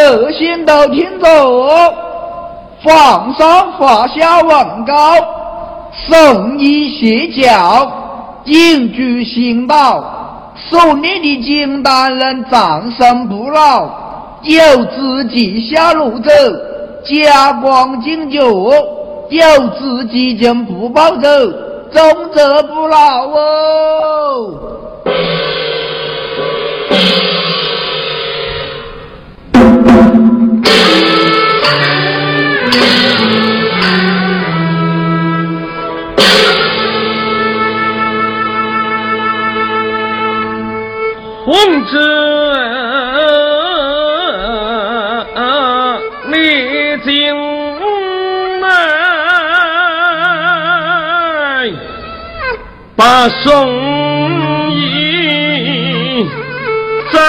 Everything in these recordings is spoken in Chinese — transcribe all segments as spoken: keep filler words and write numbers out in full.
百姓都听着，皇上发下文告，圣医邪教，隐居新岛，所立的金丹人长生不老，有自己下路走，家光进爵，有自己人不报走，终则不老哦。 混子历经来，把宋义在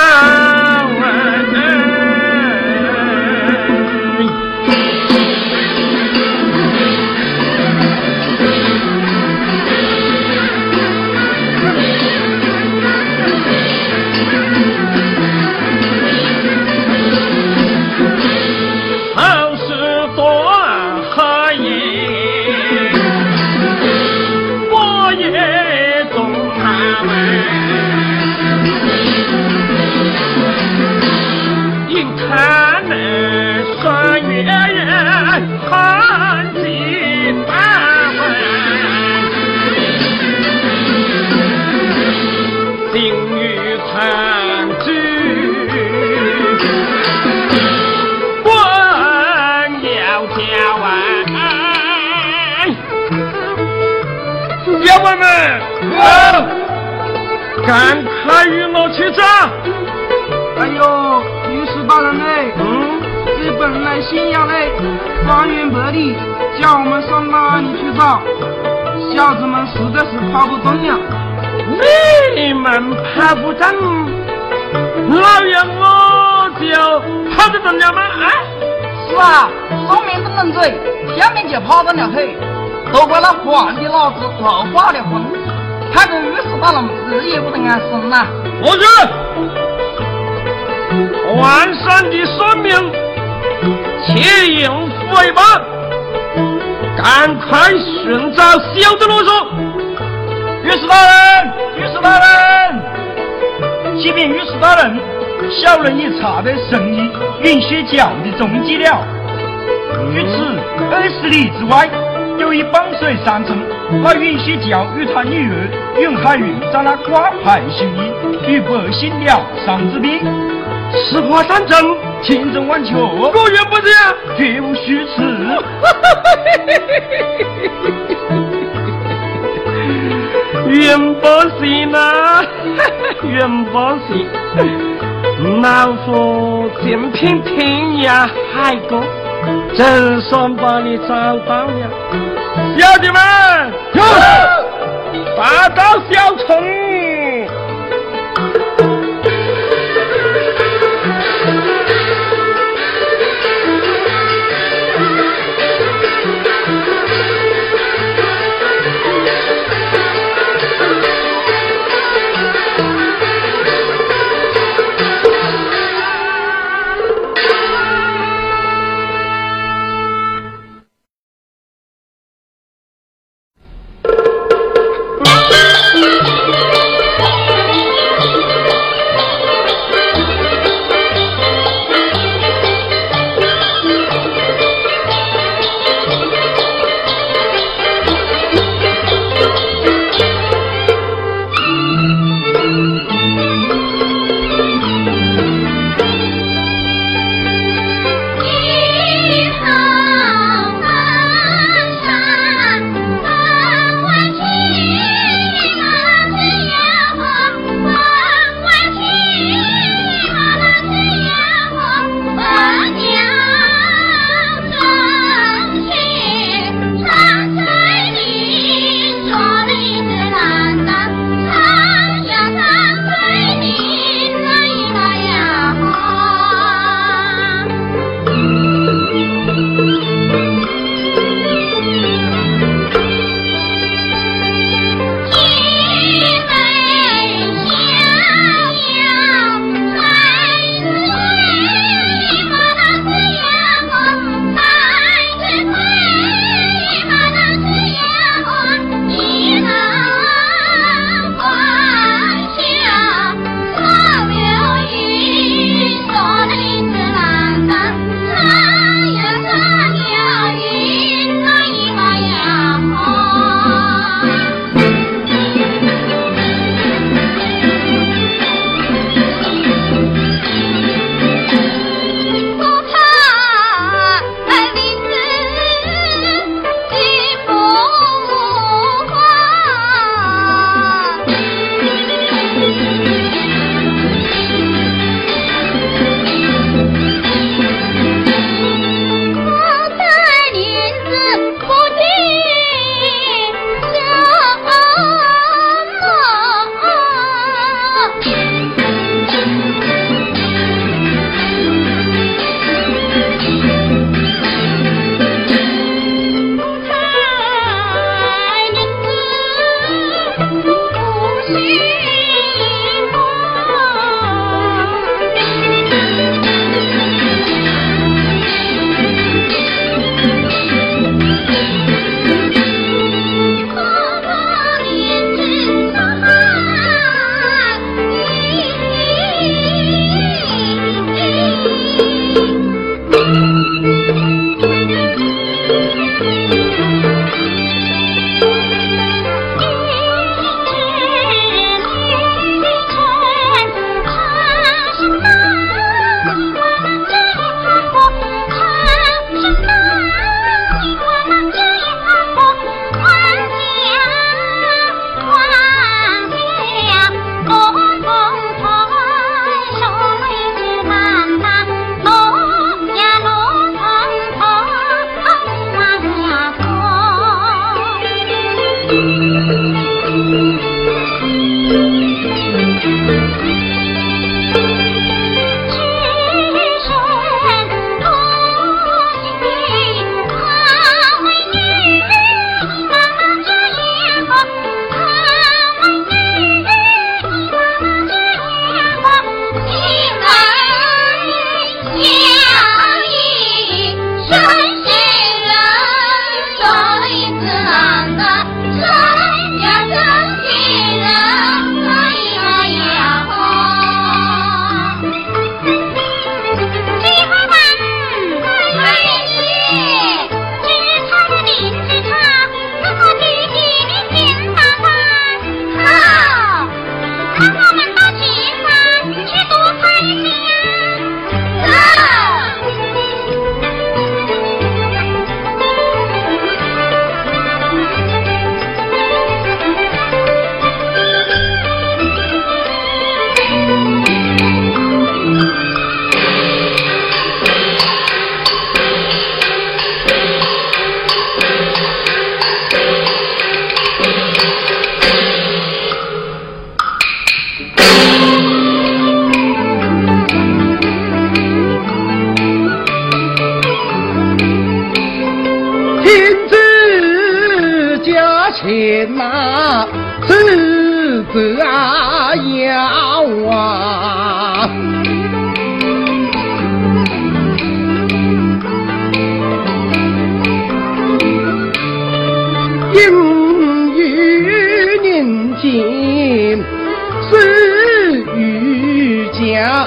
我们赶快与我去找。 哎呦，御史大人嘞，嗯，这本来信要嘞，方圆百里，叫我们上哪里去找？小子们实在是跑不动呀。 你们跑不动，老爷我就跑得动了吗？啊？ 是啊，上面不能追，下面就跑得了腿。都怪那皇帝老子老发了疯，害得御史大人日夜不得安生呐。 我去，皇上的圣命，且应诽谤，赶快寻找小的罗嗦。 御史大人，御史大人，启禀御史大人，小人已查得圣医允血教的踪迹了。于此二十里之外，有一傍水山村，那允血教与他女儿允海云在那挂牌行医，与百姓了伤之病。 实话当真， 千真万确， 果然不这样， 绝无虚词。 袁百姓啊，袁百姓，老夫尽凭天涯海角，真算把你找到了。小弟们，打倒小虫。 前那日子啊要啊，应与年间是与家。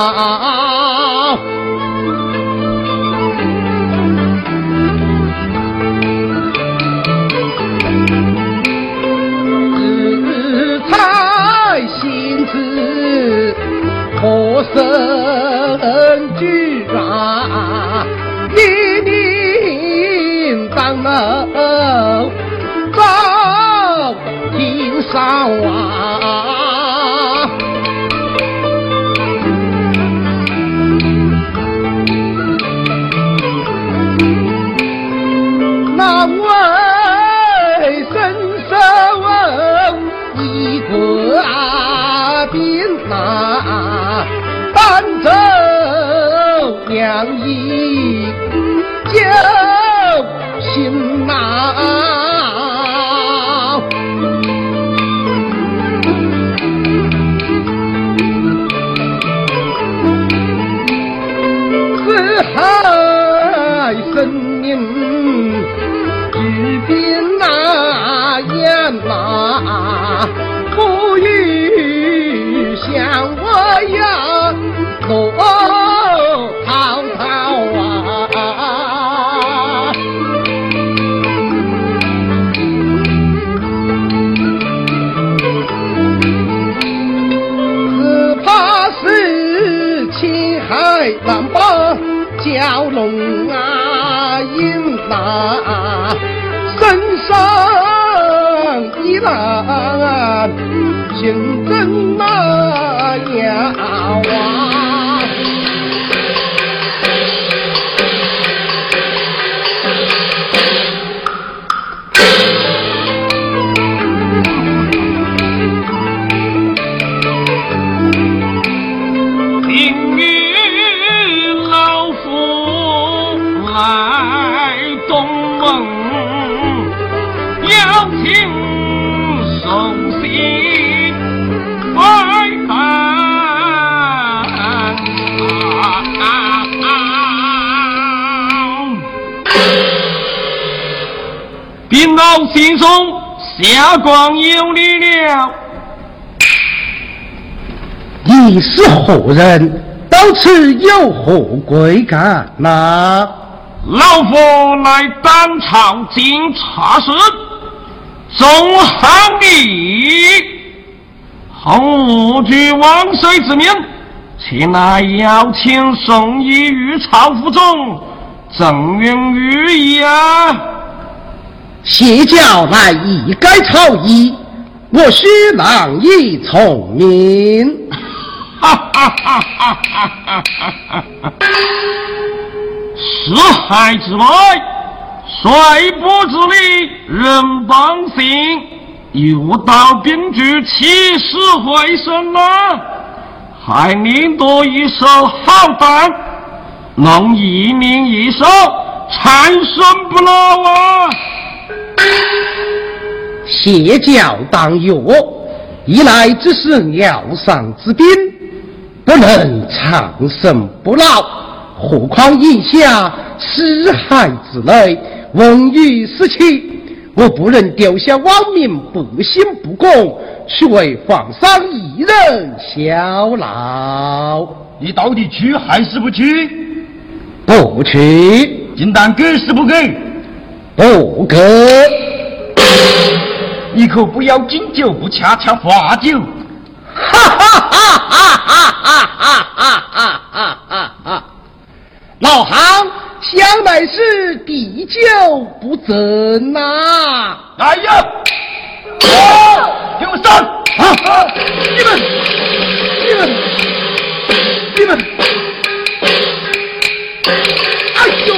何生居然一年当能照天上啊，那为生生一个啊边啊搬走两亿救心呐，四海生命举鞭那雁马，不与像我呀落滔滔啊，只怕是青海难把蛟龙啊引拿，身上一浪行真那呀哇， 听雨老夫来东门，邀请送信拜拜。禀老先生，下官有礼了。 你是何人？到此有何贵干呐？ 老夫来当朝经查事，众行礼，后据万岁之命，前来邀请宋义于朝府中赠允御意啊！ 谢教来一改朝仪，我须郎以从命。 哈哈哈哈哈哈！四海之外， 率部之力，人帮行，诱导兵局，起死回生啊！还领夺一手好弹，能一命一手，长生不老啊！ 邪教当药，一来只是疗伤之兵，不能长生不老，何况以下尸害之类，文于死期，我不能丢下亡民不信不公，去为皇上一人效劳。 你到底去还是不去？ 不去。 金丹给是不给？ 不给。 你可不要敬酒不恰恰罚酒。 哈哈哈哈哈哈哈哈哈哈！老行向来是滴酒不争呐、啊！ 哎呀！哦，听我上！啊！你们，你们，你们！哎呦！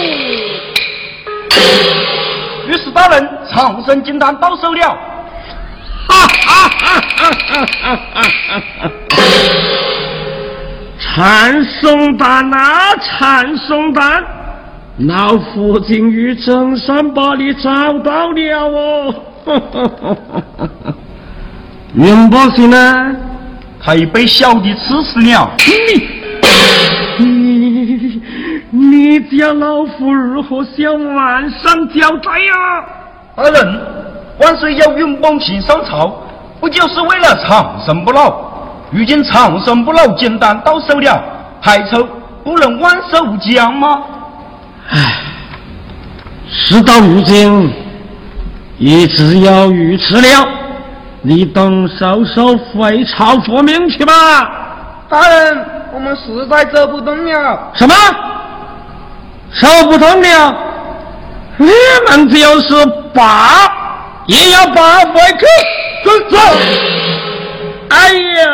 御史大人，长生金丹到手了！ 哈哈哈哈哈哈哈！长生丹啊，长生丹！老夫竟于正山把你找到了哦！袁百姓呢？ 他已被小弟刺死了。 你你你叫老夫如何向皇上交代呀、 啊？大人，万岁要允崩秦上朝，不就是为了长生不老？如今长生不老金丹到手了，还愁不能万寿无疆吗？ 唉，事到如今，也只有如此了。你等收收废朝复命去吧。 大人，我们实在走不动了。 什么？走不动了？你们就是把，也要把回去。走走。哎呀，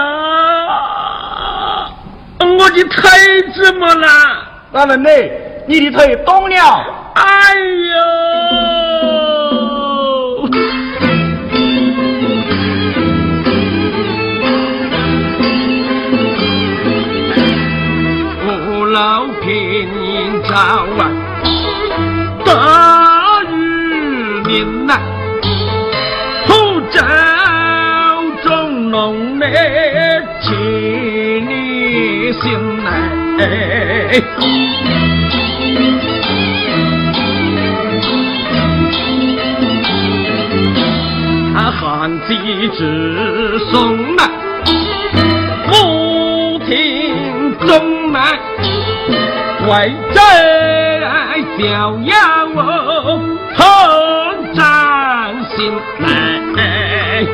我的腿怎么了？ 大人呢？你的腿动了。 哎呦！五老平早啊，大雨淋呐，湖州中龙嘞，气你心嘞。他汉季之松啊，不听中啊，为这逍遥哦，很战心来。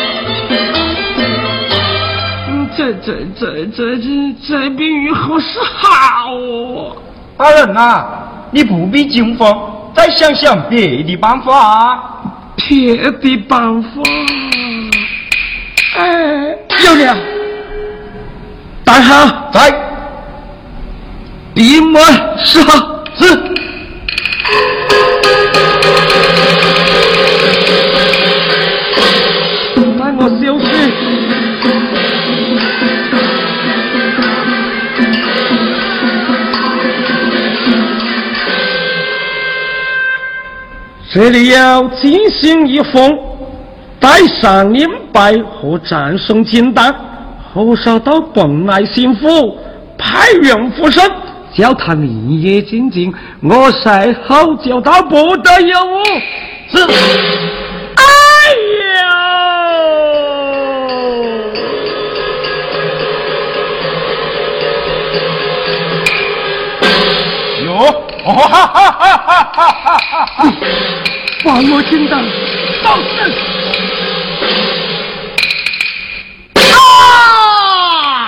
这这这这这这比喻何时好哦？ 大人啊，你不必惊慌，再想想别的办法。 别的办法，哎，有了。大好， 在。 闭门是好是。待我休息。这里要进行一封带上林白和战胜金丹，后烧到本来心腹，派人附身，叫他明夜进京，我赛后就到不得有误。是。哎呦！哟！哦哈哈哈哈哈哈！ 把我金丹到死！ 啊！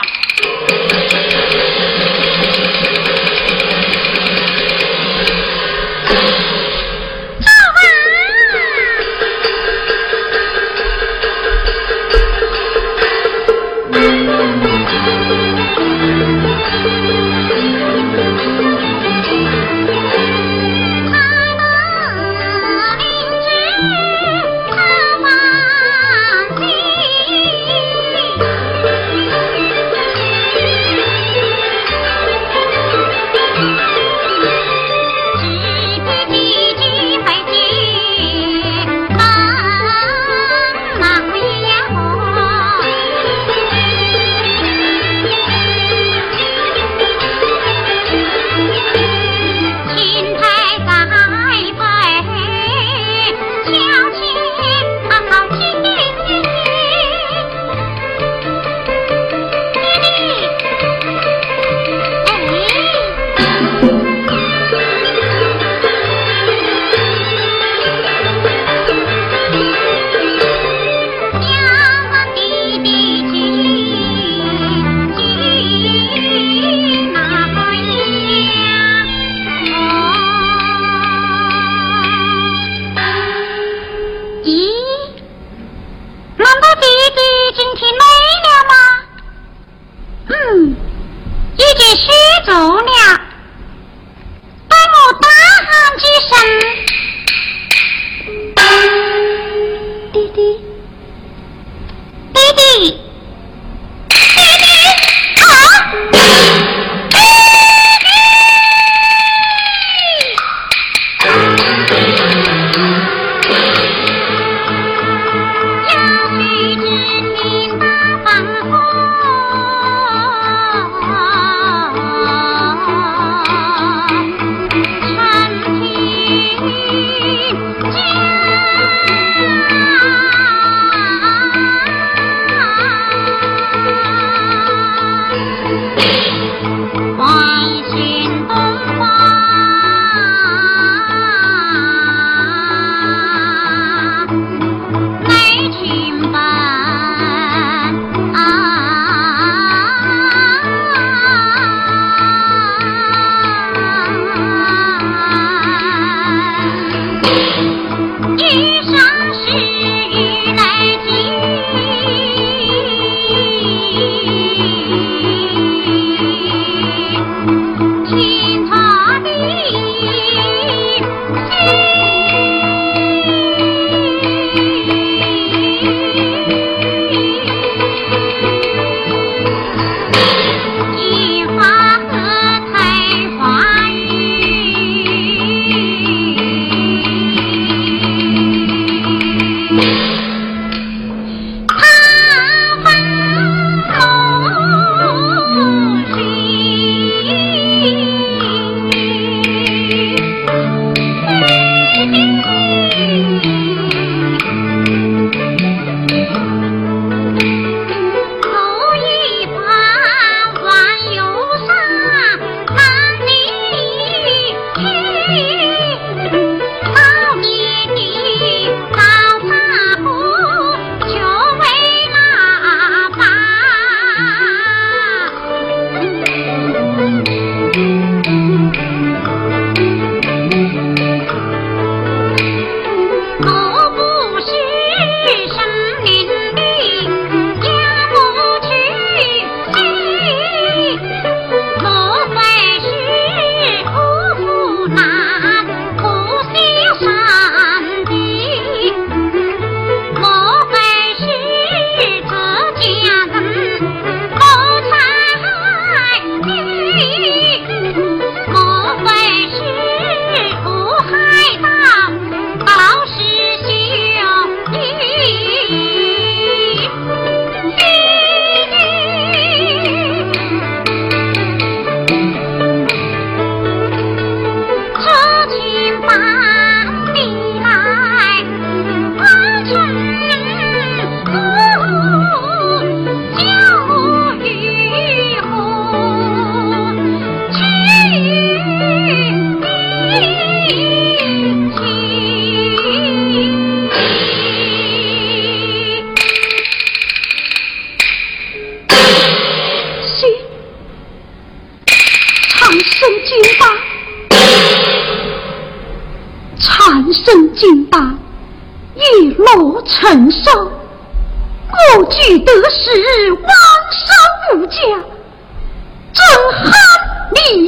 承受，我举得是王守无家，真罕理。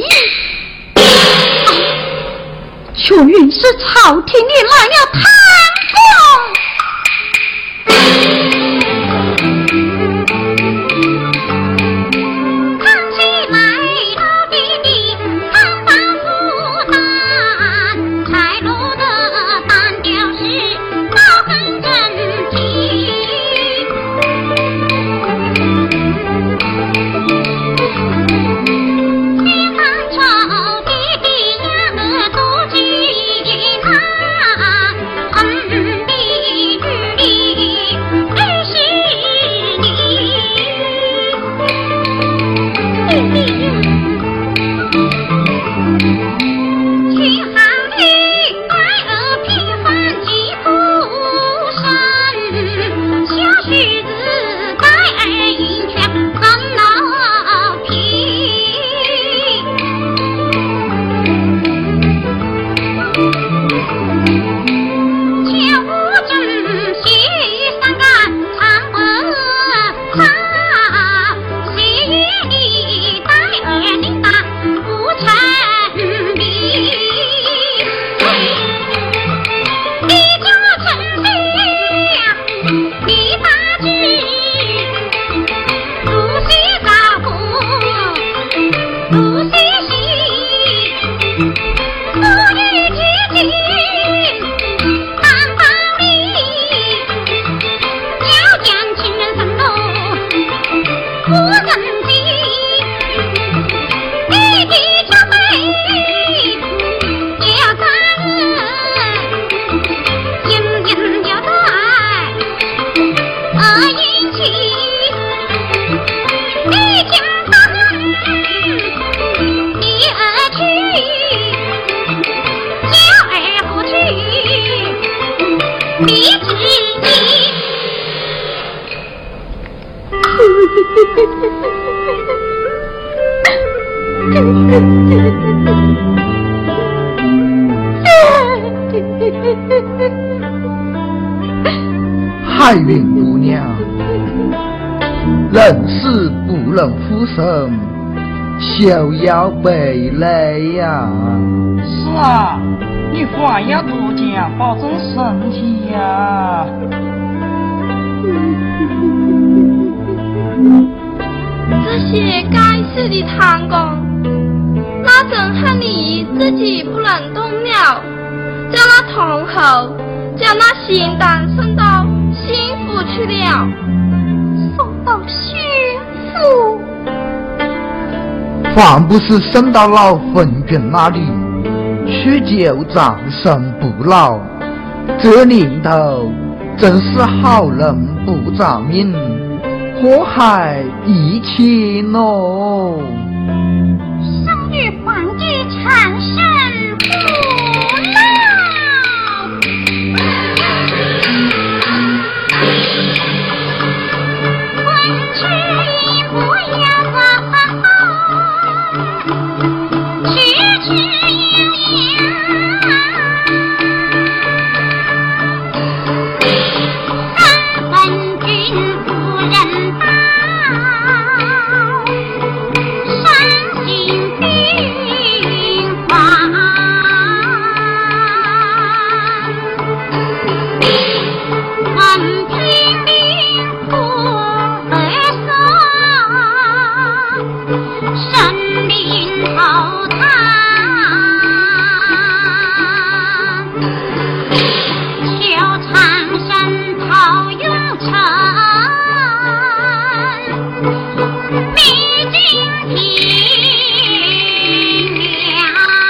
却原是朝廷里来了贪海云姑娘，人死不能复生，休要悲泪呀！ 是啊，你话要多讲，保重身体呀！ 这些该死的贪功，那真恨你自己不能动了，叫那铜猴，叫那仙丹送到还不是送到老昏君那里去救长生不老？这年头真是好人不长命，祸害一千哦。 生于皇帝长生不老，文曲不要忘，曲曲悠扬，三分君夫人报，伤心病患，闻平民苦而丧，生灵浩荡，求长生讨永成，历尽天良。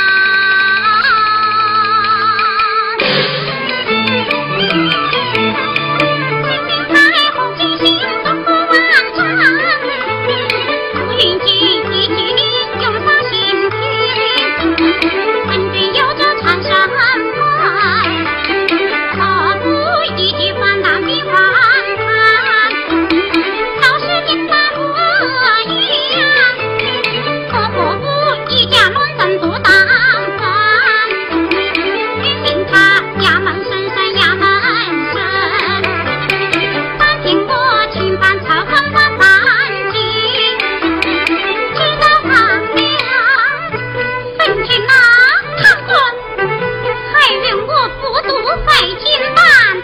太后金星中国万丈，云锦一举永上心田，文君有着长生观，何不一举换当的荒唐？倒是你把我一样，何不一家乱人独当官？君命他衙门深深衙门深，但听我轻办朝纲他三经，知道行了，本君呐看官，还愿我不读费金班，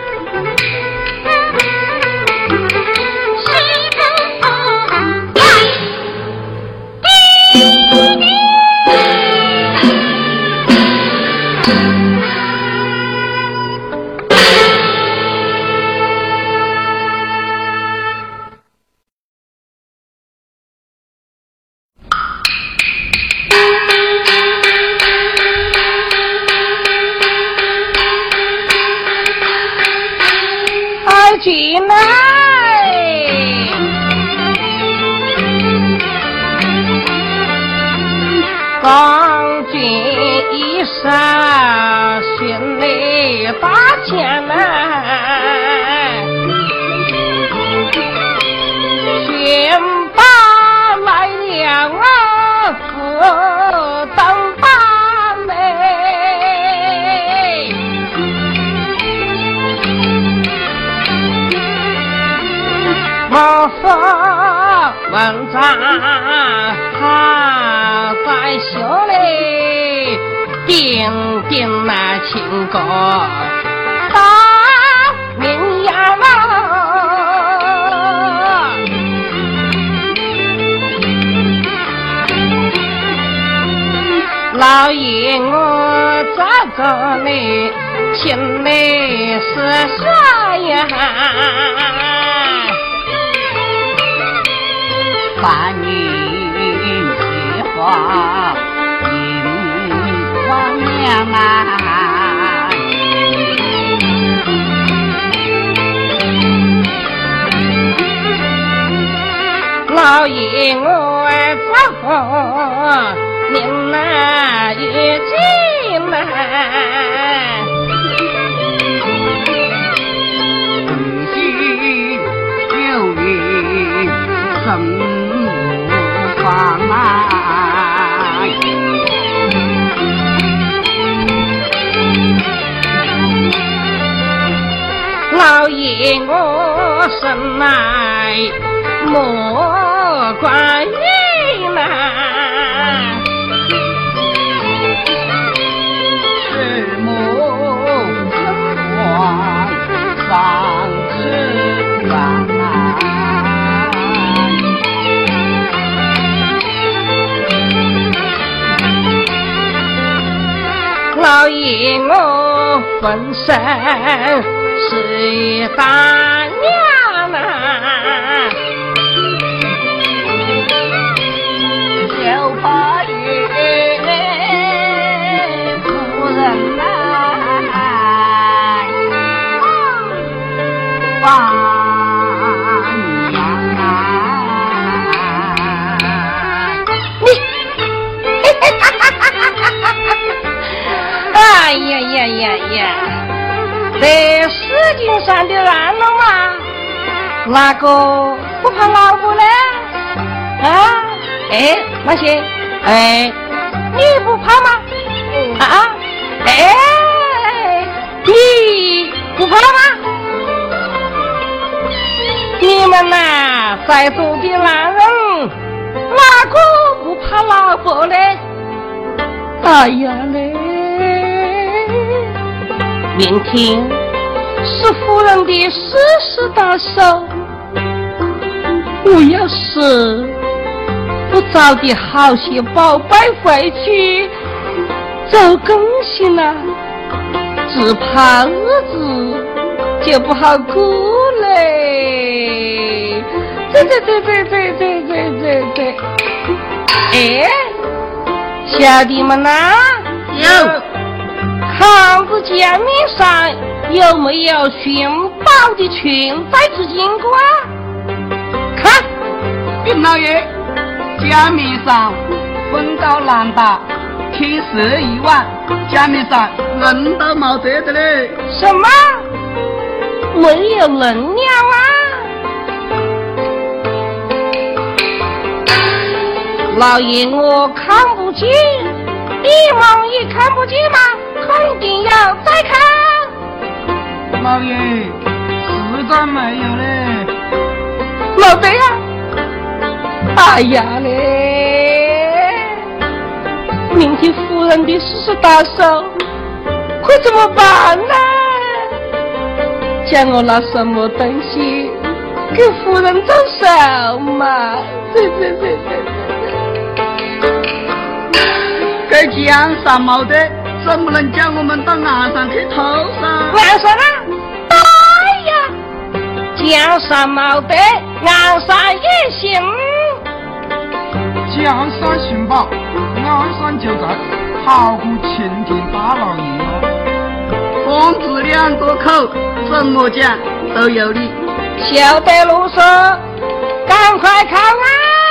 是不对？ 爱进来，刚进一声，心里打钱来，先把来了啊，各当班嘞。我说文章他在修嘞，定定那情歌大名呀嘛，老爷我这个嘞心里是啥呀？ 把女菊花迎王娘啊， 老爷我这个您那也进来， 女婿有缘什方啊， 老爷我生来莫关云来， 是母关上之远啊。 老爷我本身是大娘啊， 就怕万样啊！ 哎呀呀呀呀！在世界上的男人嘛，哪个不怕老婆呢？啊？哎，那些，哎，你不怕吗？啊？哎，你不怕吗？你们呐，在座的男人，哪个不怕老婆呢？哎呀嘞！明天是夫人的四十大寿，我要是不早点好些宝贝回去，就更新了，只怕日子就不好过嘞。对对对对对对对对对。哎，小弟们呐，有。看着江面上有没有寻宝的裙带子经过？看， 禀老爷，江面上风高浪大，天色已晚，江面上人都没得的嘞。 什么？没有人了啊？老爷，我看不见，你们也看不见吗？肯定要再看。 老爷，实在没有嘞。 老贼啊！哎呀嘞！明天夫人的四十大寿，可怎么办呢？叫我拿什么东西给夫人做寿嘛？对对对对对。 这江上没得。怎么能叫我们到岸上去偷噻？ 岸上啊！对呀，江上没得，岸上也行。 江上寻宝，岸上就在，好过晴天大老爷哦。 公子两个口，怎么讲都有理。 晓得啰嗦，赶快靠岸！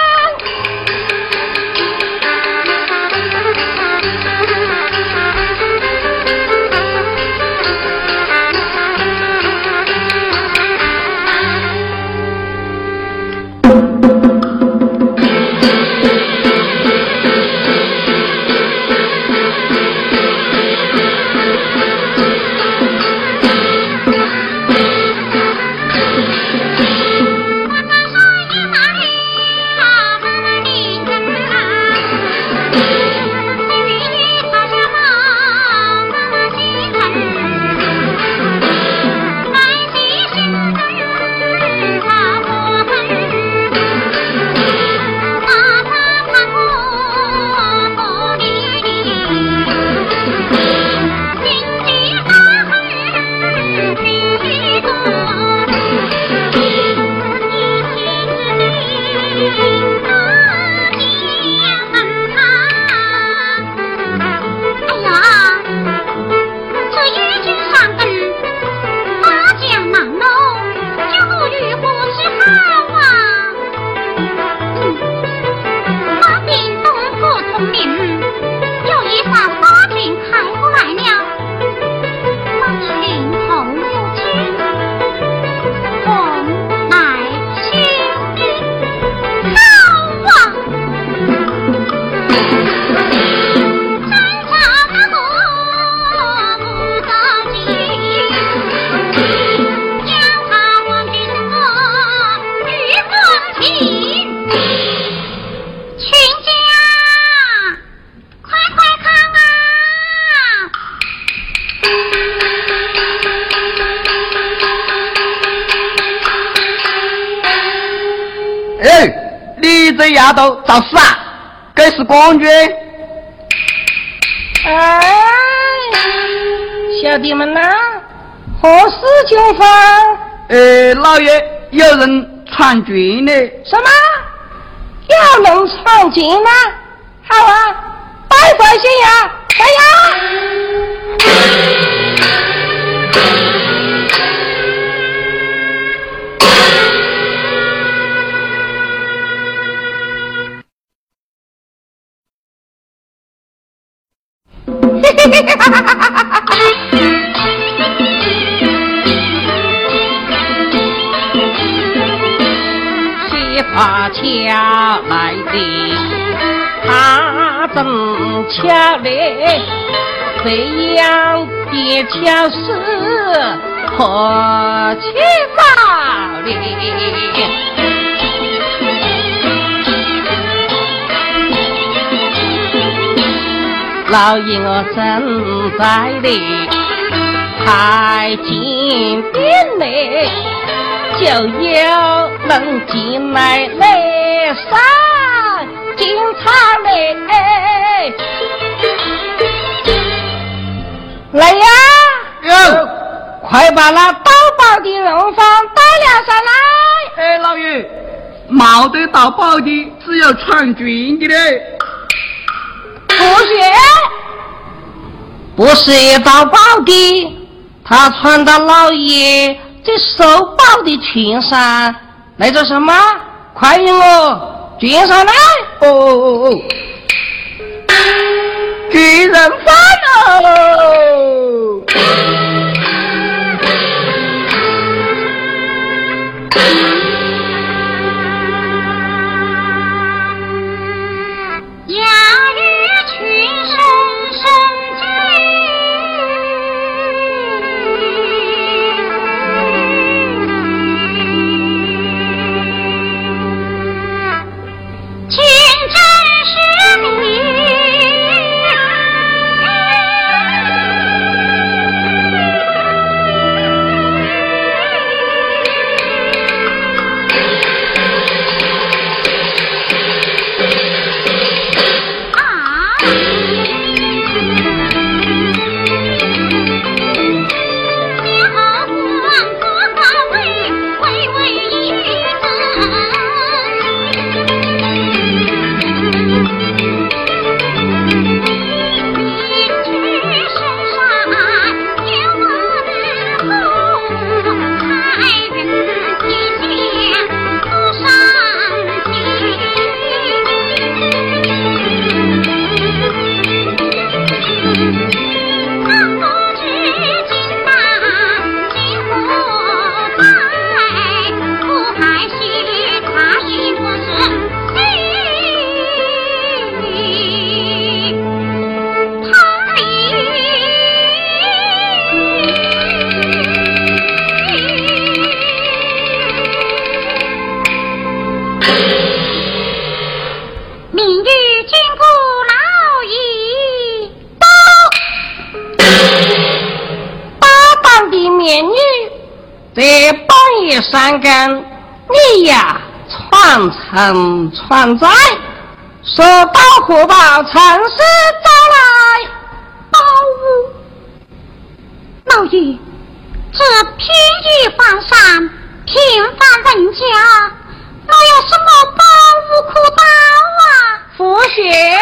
这丫头找事啊？这是公爵。 哎，小弟们呐，何事就发？ 呃，老爷，有人闯进呢。 什么？有人闯进呢？好啊，带回信呀，来呀！ 华侨来的，他正巧嘞，这样的巧事何其早嘞！老爷我正在里太近边嘞，就有人进来来上警察嘞，来呀！ 哟， 快把那盗宝的人犯带了上来！ 哎，老爷，没得盗宝的，只有闯军的嘞。 不是，不是盗宝的，他穿到老爷这收宝的裙上，来做什么？快用我军上来！ 哦哦哦，军人犯喽！ 三更，你呀传承传在，说到火把城市招来宝物。 老爷，这偏于荒山，平凡人家，哪有什么宝物可盗啊？ 福雪，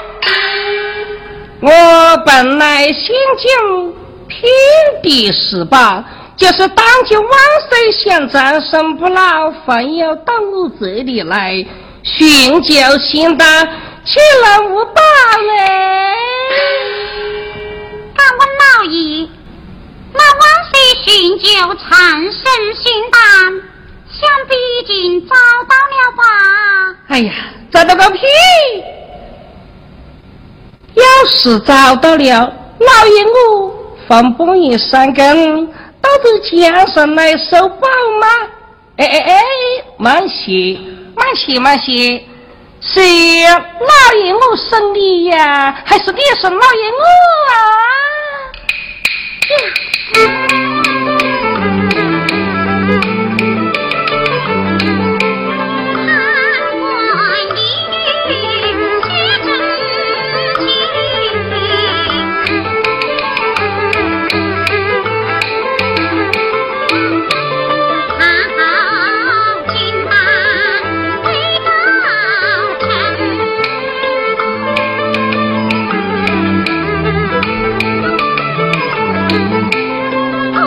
我本来心境偏地十八。就是当今万岁县长沈不老反要到我这里来寻救新的，岂能无报嘞？ 敢问老爷，那万岁寻救长生新丹，想必已经找到了吧？ 哎呀，找到个屁！要是找到了，老爷我放半夜三更到这江上来收宝吗？哎哎哎，慢些，慢些，慢些！是老爷我生你呀，还是你生老爷我啊？ 啊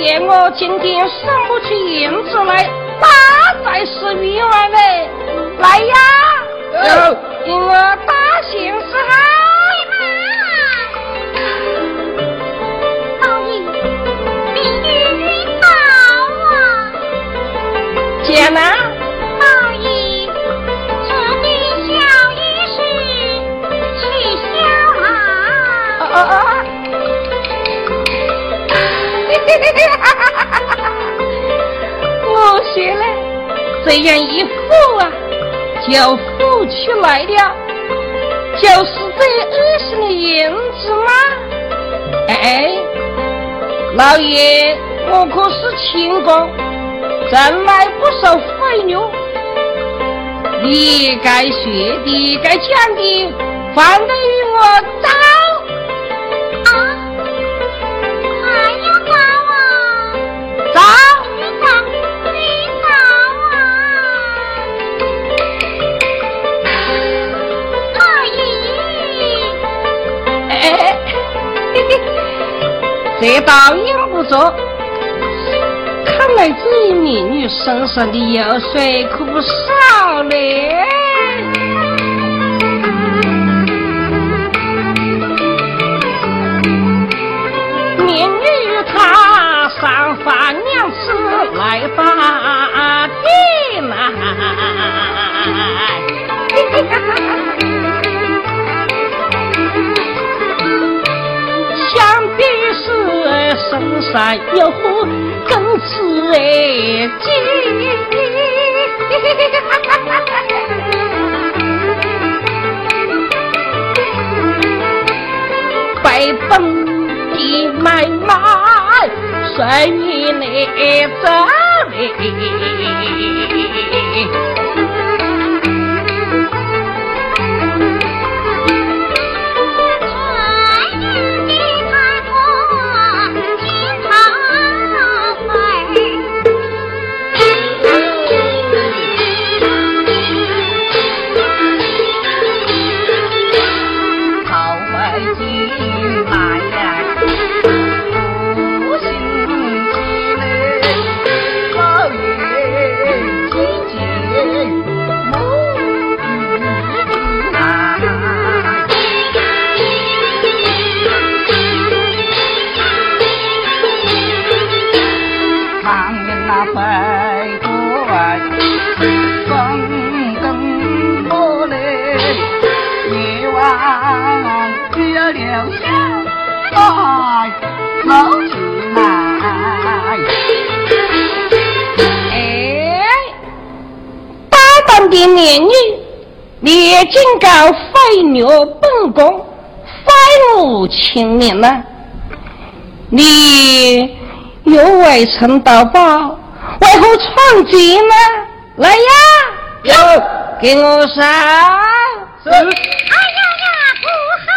爷，我今天生不起银子来，打在十余万嘞！来呀， 有给我打行是好。 老爷，明日运到啊！ 姐呢？ 老爷，这点小意事取消了。 哦哦哦！我说了，这样一付啊，就付出来了，就是这恶心的银子吗？哎，老爷，我可是清官，从来不收费用，你该学的该讲的，还得与我走。走， 你走，你走啊！老爷， 哎，这倒用不着。看来这一美女身上的油水可不少嘞。美女她上发娘子来打听来，想必是身上有根刺哎筋，百本的买卖随你走嘞。的美女，你竟搞废牛笨公，废物青年呢？你有违臣道报，为何闯进呢？来呀， 有， 给我上！ 是。 哎呀呀，不好！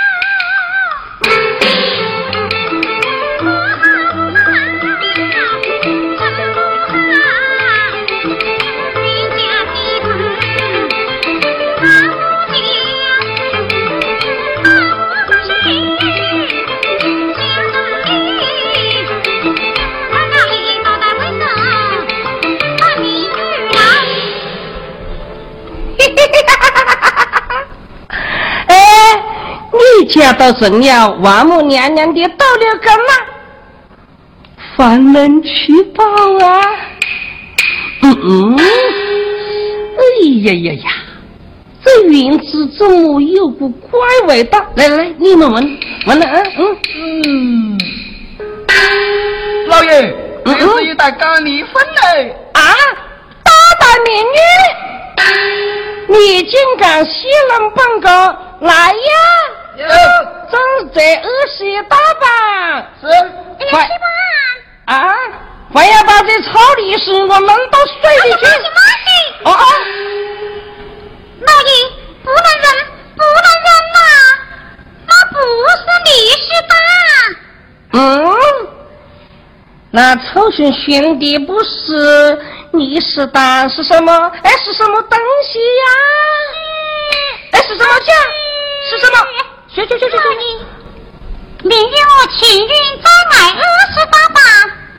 家到成了，王母娘娘的到了干嘛？凡人去报啊！嗯嗯，哎呀呀呀，这云子怎么有股怪味道？来来，你们闻闻了啊？嗯嗯，老爷，这是一袋干米粉嘞！ 啊，大胆美女，你竟敢戏人本高，来呀！ 有， 正在二十大板， 是快啊！快要把这草历史我扔到水里去！哦哦， 老爷不能扔，不能扔啊！那不是历史档。 嗯，那臭熊兄弟不是历史档是什么？哎，是什么东西呀？哎，是什么酱？是什么？去去去去去！ 明日我请运再买二十大板，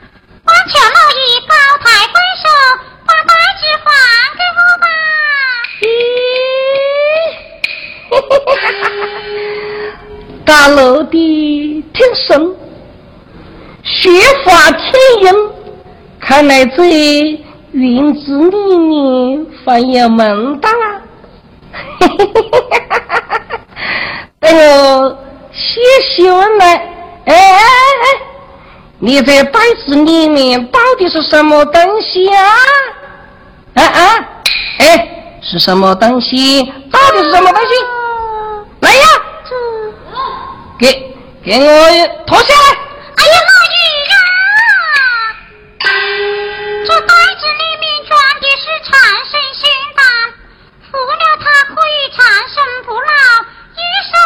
那楼的挺深，雪花天阴，看来这云子里面反有门道啊！等我写写文来，哎哎哎，你这袋子里面到底是什么东西啊？啊啊，哎，是什么东西？到底是什么东西？来呀，给给我脱下来！ 哎呀，老女人，这袋子里面装的是长生仙丹，服了它可以长生不老，一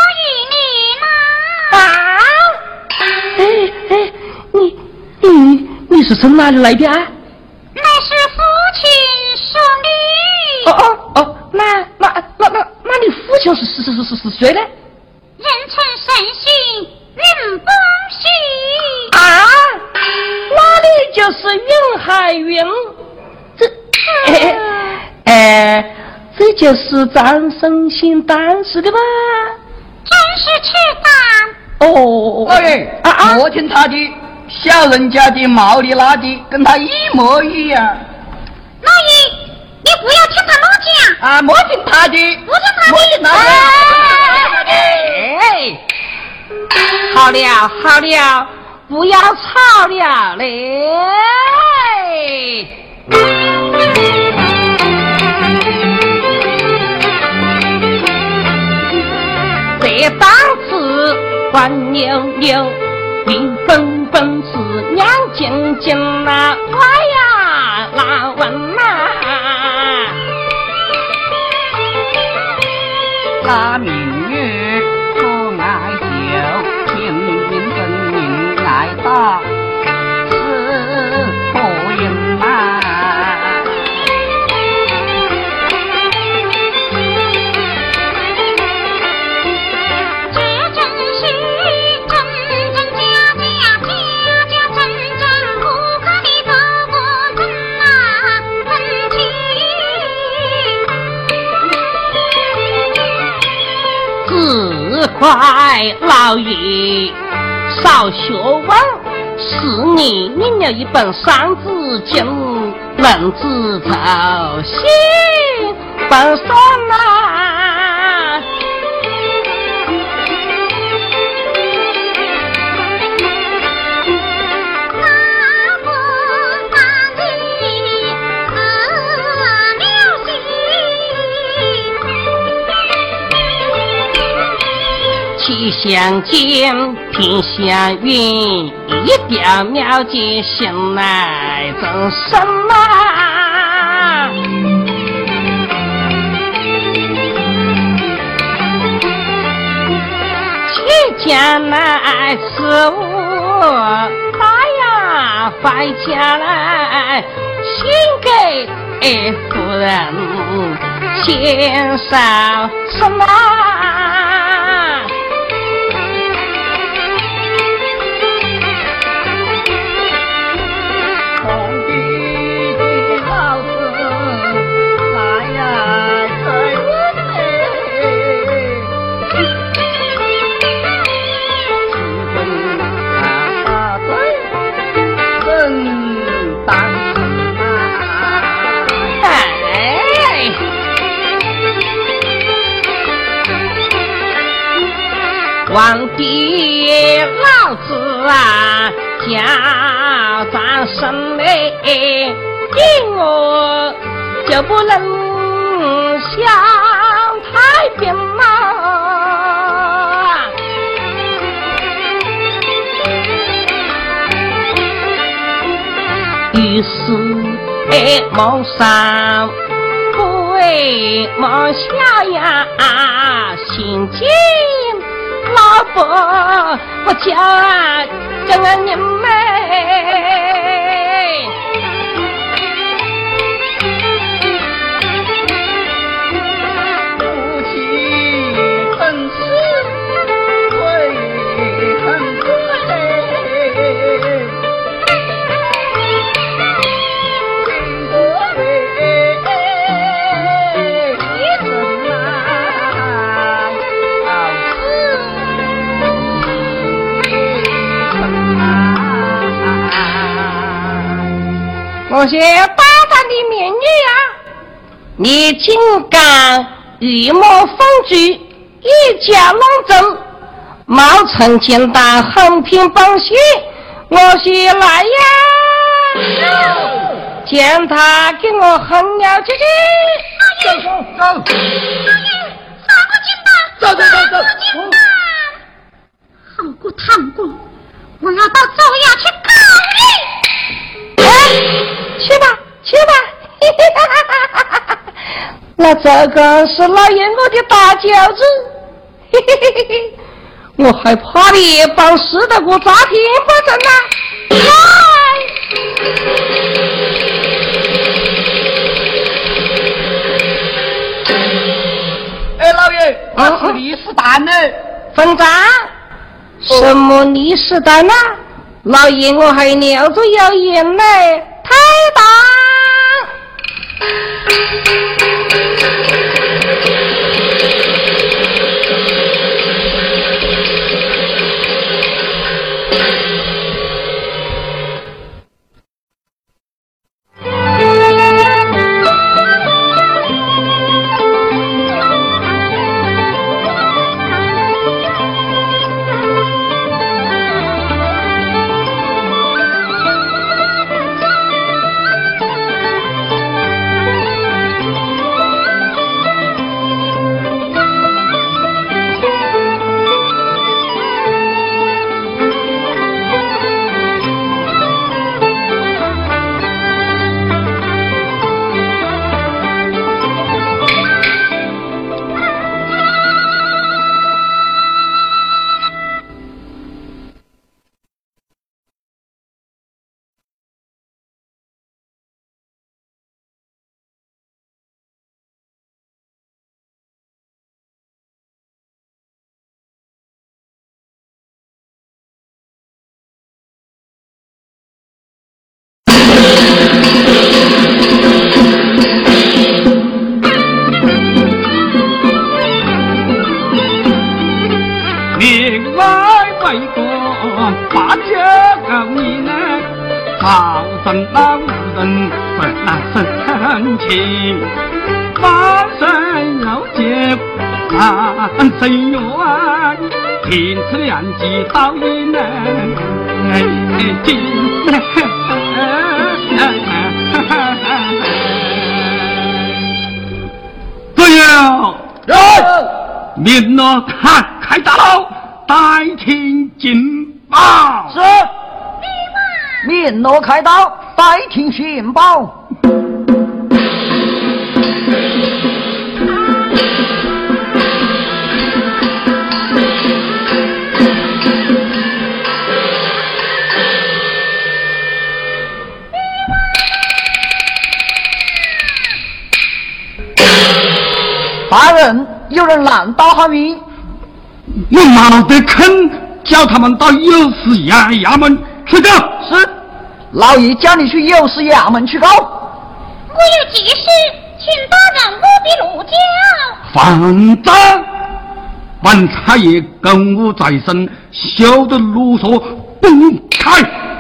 生一年呐！ 啊！哎哎，你你你是从哪里来的啊？ 那是父亲送的。 哦哦哦，那那那那那你父亲是是是是是谁呢？ 人称神仙云崩仙啊，那里就是云海云，这哎哎，这就是长生仙丹是的吧？ 真是吃丹。 哦， 老爷啊啊， 我听他的，小人家的毛里拉的跟他一模一样。 老爷，你不要听他乱讲啊，莫听他的， 不听他的莫听他的。 哎，好了好了，不要吵了嘞。这档子黄溜溜，云纷纷是亮晶晶呐，快呀老文呐！ 那明月可爱秀，天云真名爱大，是可人呐。 这真是真真假假，假假真真，不可的都不真啊，真情。 只怪老爷少学问，是你念了一本《三字经》，能知头心本身啊。 那不当你死了心， 气象间，天下云，一条妙计醒来真神啊！去将来是我，哎呀，回家来，献给夫人，献上什么？皇帝老子啊，叫长生嘞，因我就不能想太平嘛。于是哎，梦上不为梦下呀，心惊。老伯，我叫啊，叫啊你们， 夫妻本是最很对，经过嘞一生啊，好事。 我些大胆的名誉啊！你竟敢与我分居，一家long争，冒充奸党，横平帮虚，我些来呀！见他给我横了这个， 走走走！ 放过奸党！ 走走走走！ 好过贪官，我要到州衙去告你！ 哎，去吧去吧！嘿嘿哈哈哈哈！那这个是老爷我的大轿子，嘿嘿嘿嘿嘿！我还怕你帮死的我砸屏不成啊！ 哎，老爷，他是李世丹呢。 分账？什么李世丹啊？老爷我还流着有眼泪，太大！ 谁愿天赐良机到一能进？不要人， 明了他开刀，代听警报。 是。面罗开刀，代听讯报。大人，有人拦刀喊冤， 我冇得坑，叫他们到右司衙衙门去告。 是，老爷叫你去右司衙门去告。 我有急事，请大人务必入教。 反正本差爷公务在身，休得啰嗦，不开。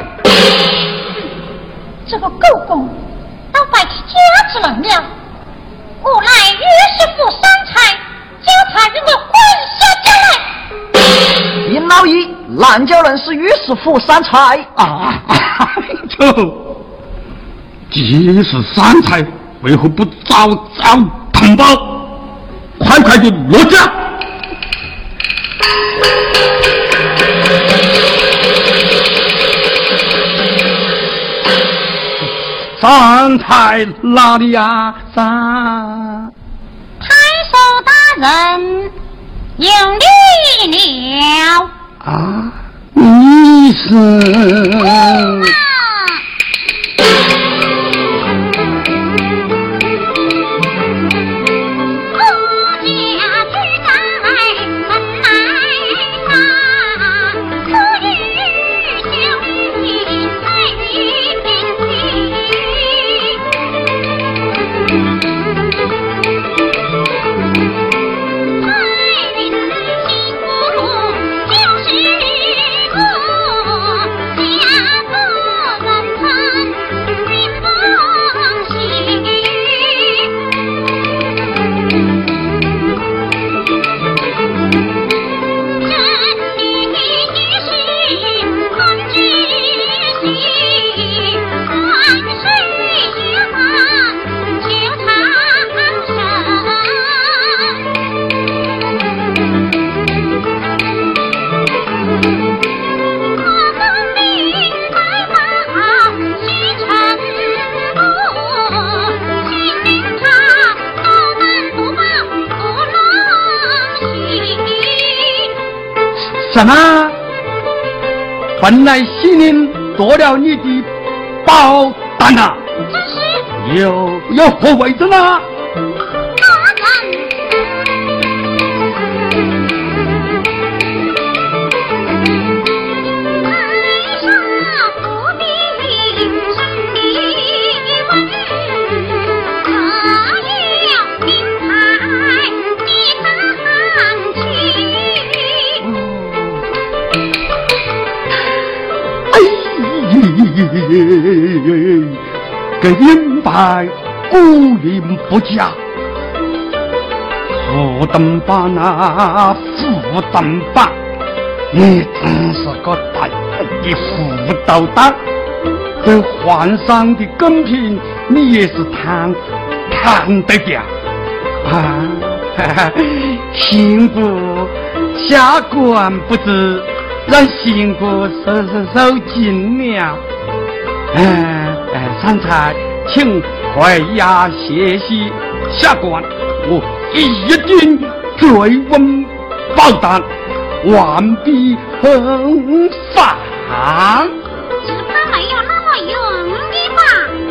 这个狗公倒摆起家之人了。我来于师傅三才，叫他与我混下将来。 尹老爷，懒叫人是御史府三才啊！就既是三才，为何不早早通报？快快的落驾！三才哪里呀？三太守大人有礼了。 啊，你是？ 就是我家父。 什么？本来西宁夺了你的宝丹啊！ 这是有有何为证啊？这银牌孤零不佳，富登班啊，富登班，你真是个大的富豆蛋。这皇上的贡品，你也是贪看得掉啊！哈哈，刑部下官不知，让刑部收收收紧了。哎哎，善财，请回衙歇息。下官我一定追问报答，完璧恒返。 只怕没有那么容易吧。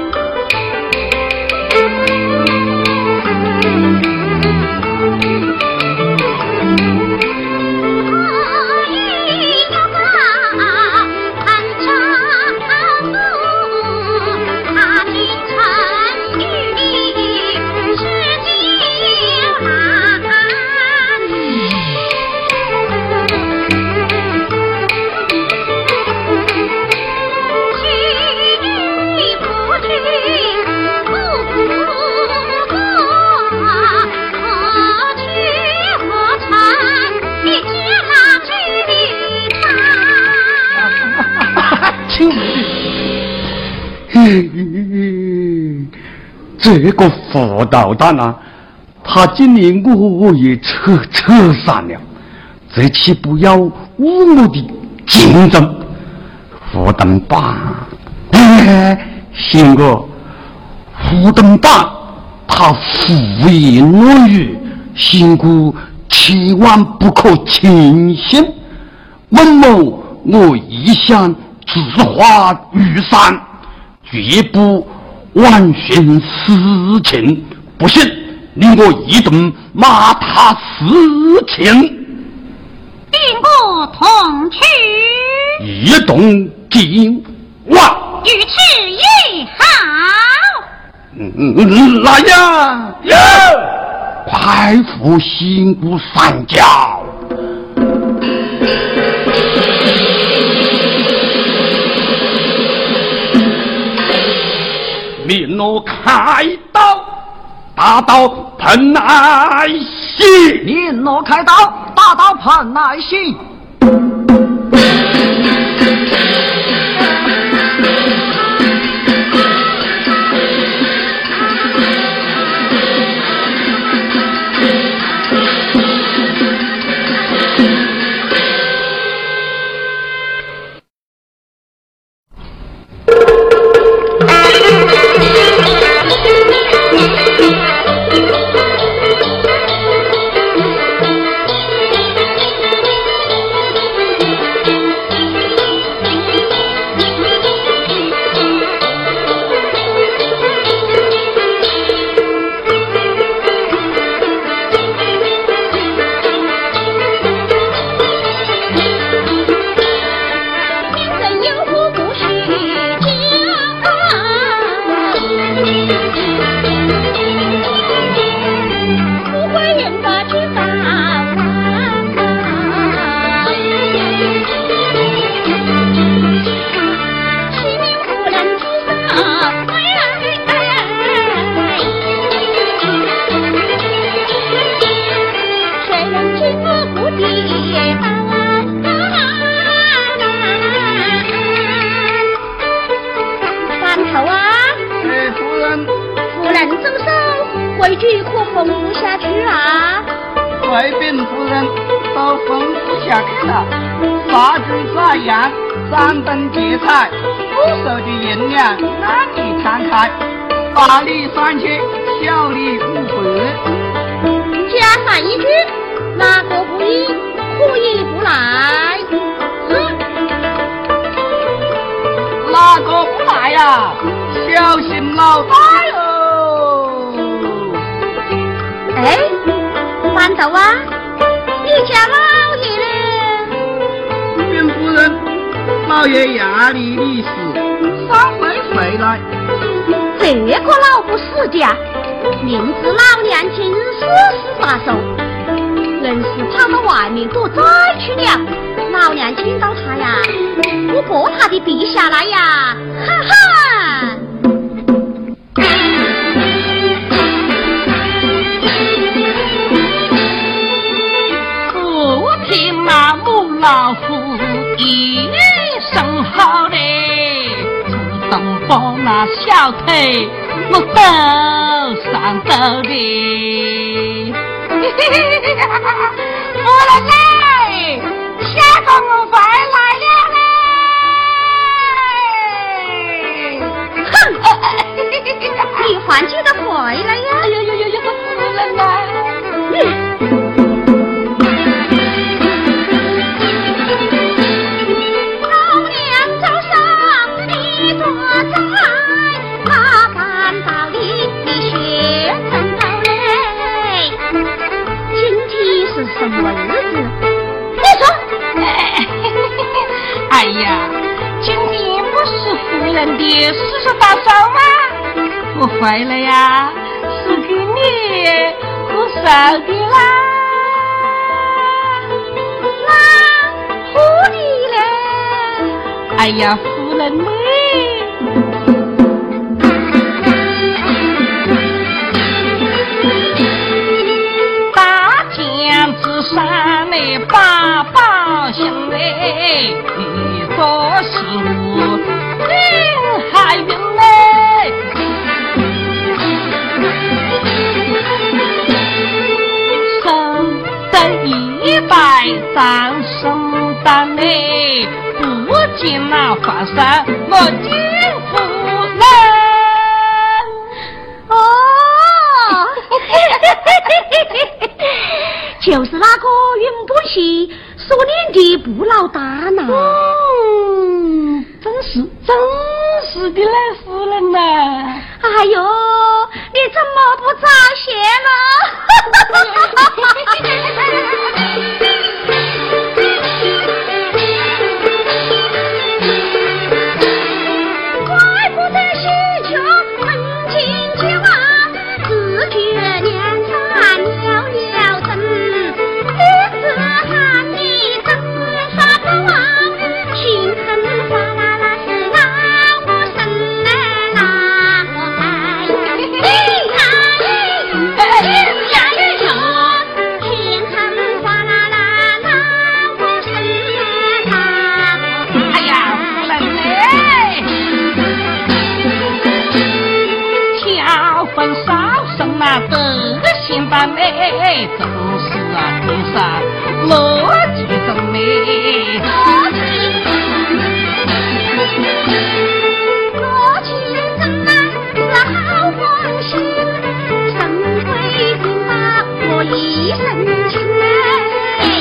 这个副导弹啊，他今年我也扯扯散了，这岂不要误我的竞争？副登霸，哎，行哥，副登霸他富言诺语，行哥千万不可轻信。文某我一向只花于山，绝不万寻私情，不信令我一顿骂他私情。 并不同去， 一动今晚， 与此一好。 嗯，来呀呀！快扶新姑上轿。面罗开刀，大刀喷来袭。 面罗开刀，大刀喷来袭。 大礼三千，小礼五百。 加上一句，哪个不依， 何以不来？ 嗯，哪个不来呀？小心脑袋哦！ 哎，馒头啊，你家老爷呢？ 袁夫人，老爷衙里理事尚未回来。 这个老不死的，明知老娘今日死死发手，硬是跑到外面躲债去了。老娘见到他呀，我剥他的皮下来呀，哈哈！ 不听那母老虎一声吼嘞，自动把那小腿我都上斗的。夫人嘞，下个我回来了嘞！ 哼，你还记得回来呀？ 哎呀呀呀呀，夫人呐！ 老娘早上你多在，哪般道理你学成了嘞？今天是什么日子？你说？ 哎呀，今天不是夫人的四十大寿吗？我回来呀，是给你过寿的啦。 那何里嘞？ 哎呀，夫人呢？大江之上嘞，八宝行嘞，一座幸福林海云嘞。生得一百张生蛋嘞，不见那发生我金夫人。 哦，就是那个云不喜所念的不老大呢。 嗯，真是真是的嘞，夫人呐、啊！ 哎呦，你怎么不早些了？怪不得喜鹊闻金鸡哇，自觉脸上了了真，一直喊你真发不忘，心狠哗啦啦是那我生来那我爱，哎呀哎呀呀哟，心狠哗啦啦那我生来那我哎呀，夫人嘞，挑粪烧生那德行的美，真是啊，天上逻辑的美。 我情真啊是好光心，神归定啊我一身轻哎，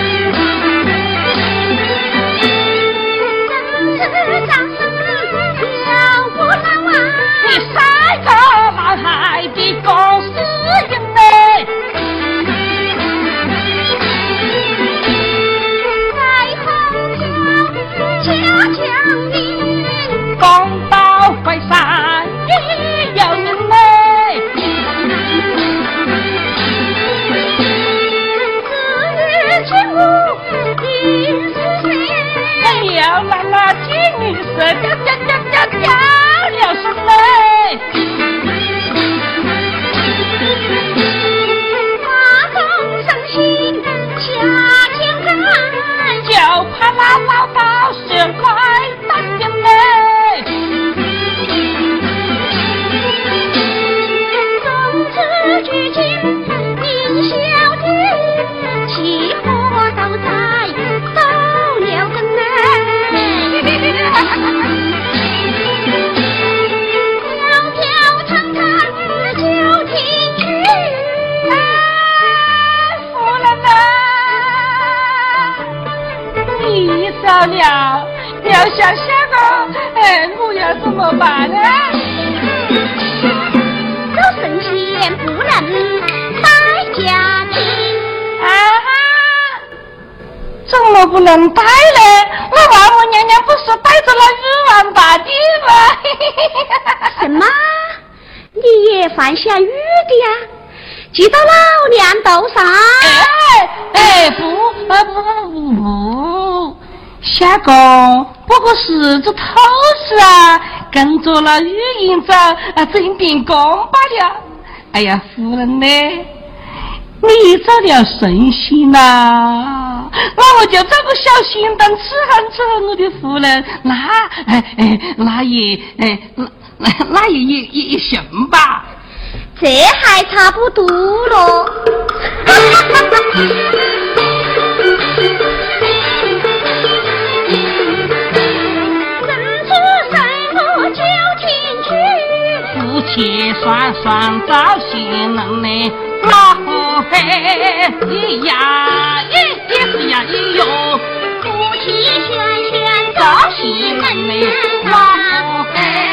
真是掌声叫我难忘。 你三个老海的公司人嘞， 我不能带嘞？我王母娘娘不是带着了玉王大帝吗？ 什么？你也犯下玉的呀？记到老娘头上？ 哎哎不啊不不不，相公不过是这偷事啊，跟着了玉营走啊，争点功罢了。哎呀，夫人呢？你走了神仙呐，那我就做个小心灯伺候着我的夫人，那哎哎那也哎那那也也也也行吧。 这还差不多咯。人出生我就进去， 夫妻双双找新人呢，老虎嘿咿呀咦也是呀咿哟， 夫妻轩轩找新人呢， 老虎嘿。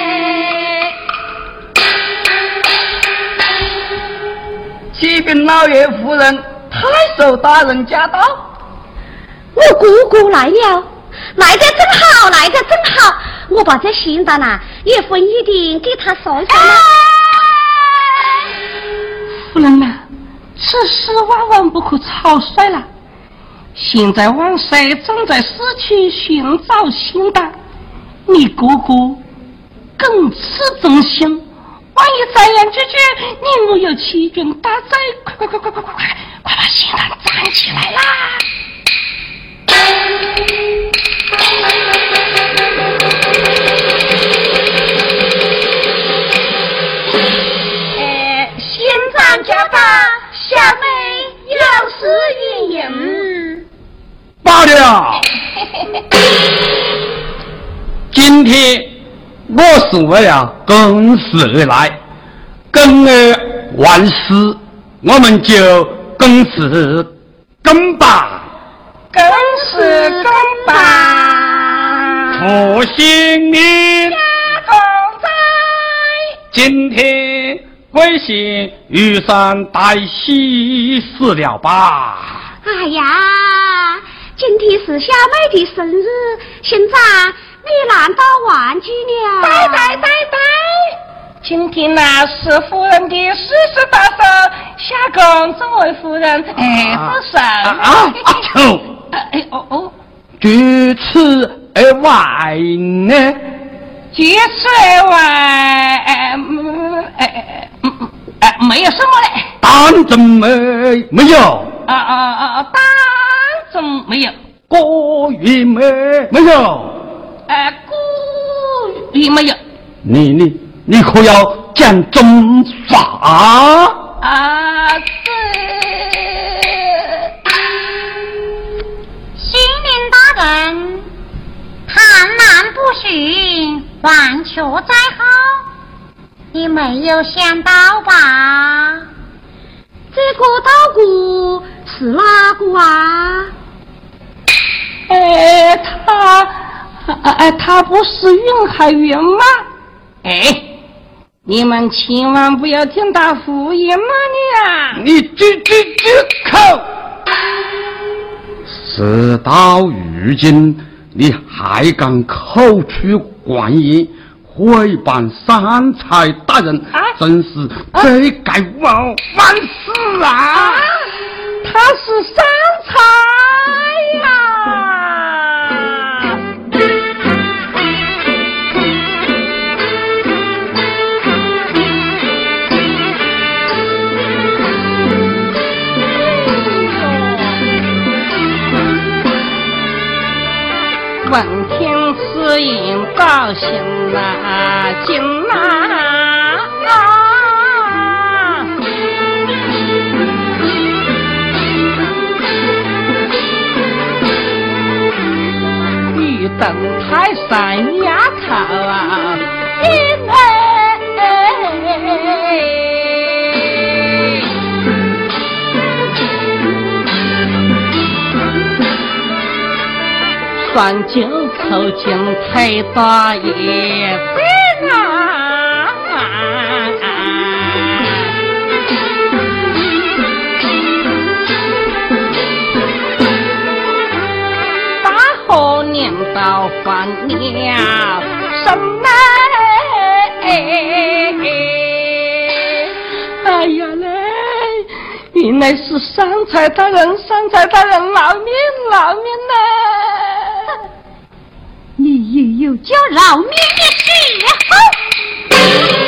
启禀老爷夫人，太守大人驾到。 我姑姑来了，来得正好，来得正好。我把这信单啊也分一点给他说一说呢。 夫人呐、啊，此事万万不可草率了。现在王妃正在市区寻找新单，你姑姑更此忠心，万一再言拒绝，你我有欺君大罪！快快快快快快快，快把新单站起来啦！ 呃，新长驾到，小妹有事应允。 罢了。今天我是为了公事而来，公而完事，我们就公事公办。 公事公办。 福星年公在。 今天贵姓玉山大喜事了吧？ 哎呀，今天是小妹的生日，现在你难道忘记了？ 对对对对，今天呢是夫人的四十大寿，下公作为夫人哎不生啊啊臭！ 哎哦哦， 据此而外呢？ 据此而外，哎嗯哎嗯哎没有什么嘞。 当真没没有？ 啊啊啊！当真没有。 国语没没有？ 哎，故意没有。 你你你可要讲真话啊！是。 新年大人，螳螂不驯，黄雀在后，你没有想到吧？这个道姑是哪个啊？ 哎，他，哎，他不是云海云吗？哎，你们千万不要听他胡言嘛你啊！ 你举举举口！事到如今，你还敢口出狂言，诽谤三才大人， 啊、 真是罪该万万死啊！ 啊他是三才呀！闻听此言，高兴啊，惊啊！欲登泰山崖头啊，因哎。算酒凑近太大爷在哪？ 了什么？哎呀嘞！原来是商财大人，商财大人，饶命，饶命呐！ 你也有叫饶命的时候。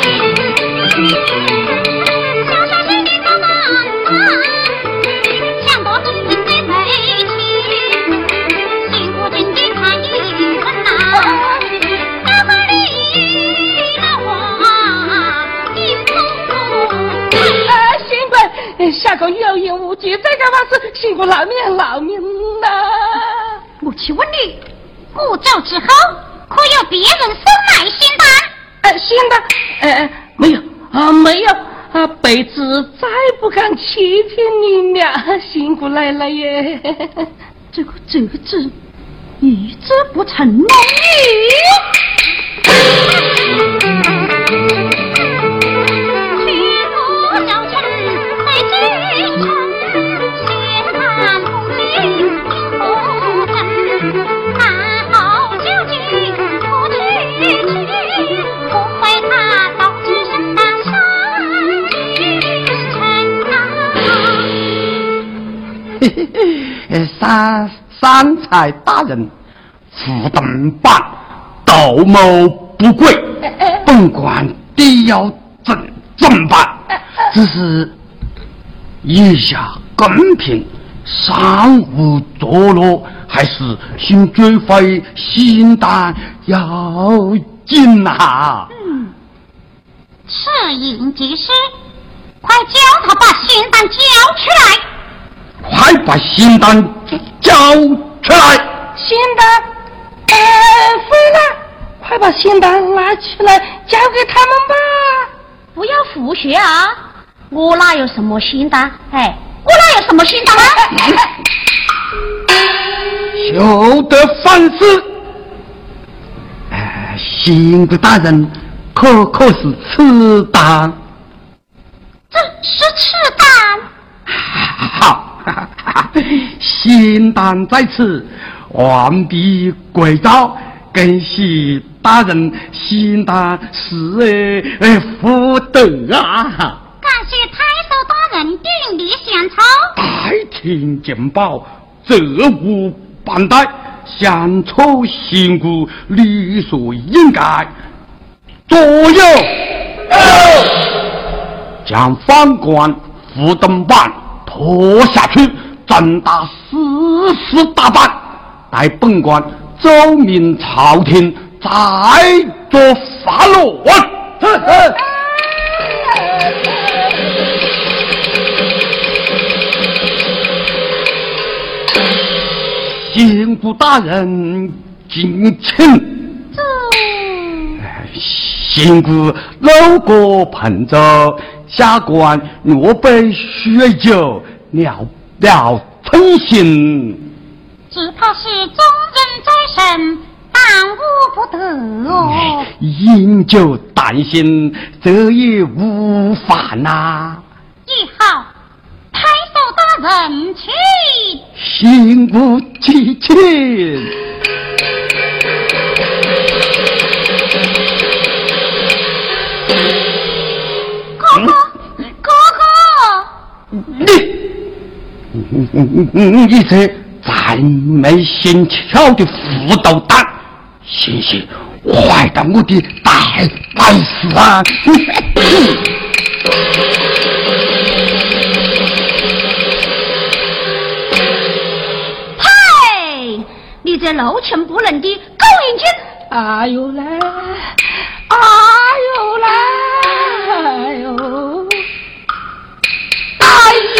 小小心的高大啊，想多中人的飞去，辛苦真的他一人呐，大河里的花迎风动。 啊，辛苦，下个有言无忌，这个嘛是辛苦饶命，饶命呐！ 我去问你，不走之后可有别人收买新单？ 呃，新的，呃，没有啊，没有啊，辈子再不敢欺骗你了，辛苦来了耶！ 这个折子一直不成容三三才大人，副等办道谋不轨，本官必要正正办。只是以下公平，上无着落，还是先追回新单要紧呐。 嗯，此言即是，快叫他把新单交出来。 快把新单交出来！ 新单，呃，废了，快把新单拿出来，交给他们吧。 不要胡学啊！我哪有什么新单？哎，我哪有什么新单啊？ 休得反思！哎，新的大人，可可是此单？ 这是此单。 好。新单在此，皇帝贵诏，恭喜大人新单是哎福德啊！ 感谢太守大人鼎力相酬。 代听见报，责无旁贷，相酬辛苦，理所应该。左右，将犯官副等办拖下去，正打死死大办，待本官奏明朝廷，再做发落。辛苦大人敬请。辛苦老哥彭州下官若被酗酒了了称心， 只怕是众人在身，耽误不得哦。 饮酒担心，这也无妨呐。 也好，太守大人请。 辛苦激情。 哥哥，哥哥， 你，你这赞美心跳的副斗蛋，信息坏到我的大白死啊！ 嘿，你这漏情不能的狗眼睛！ 哎呦嘞，哎呦嘞！哎呦，哎呦，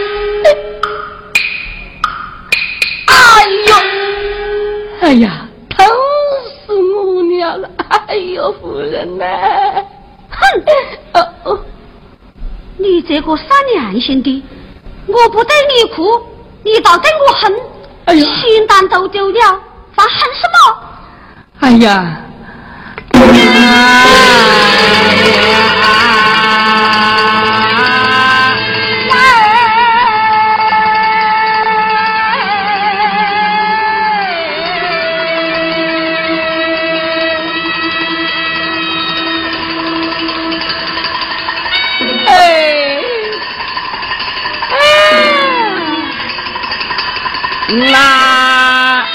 哎呦，哎呀，疼死我了了！哎呦，夫人呐、啊， 哼！ 哦哦， 你这个善良心的，我不对你哭，你倒对我恨。 哎呀， 心肝都丢掉，还恨什么？ 哎呀！ 来。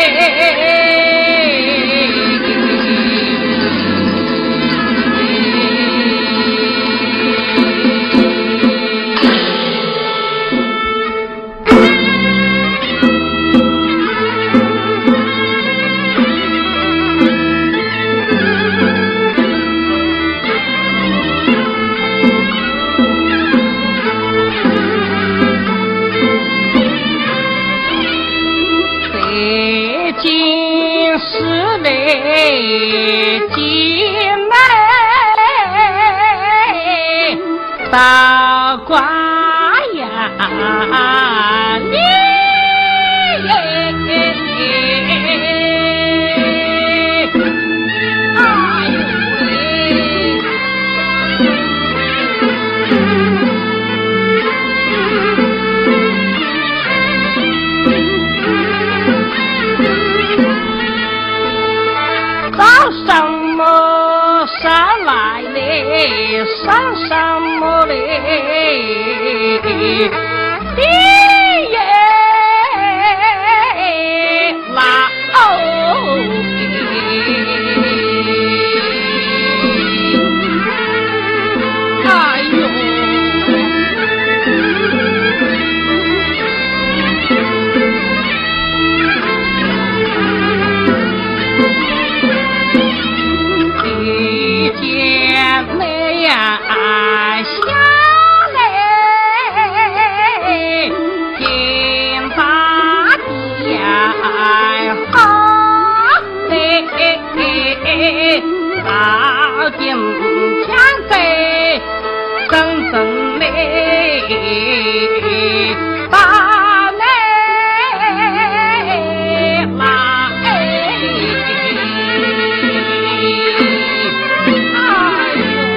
大瓜呀，你哎呦喂！早上么上来嘞，上上么嘞，爹耶啦哦，哎呦！老金枪在真正嘞，大嘞啦哎，哎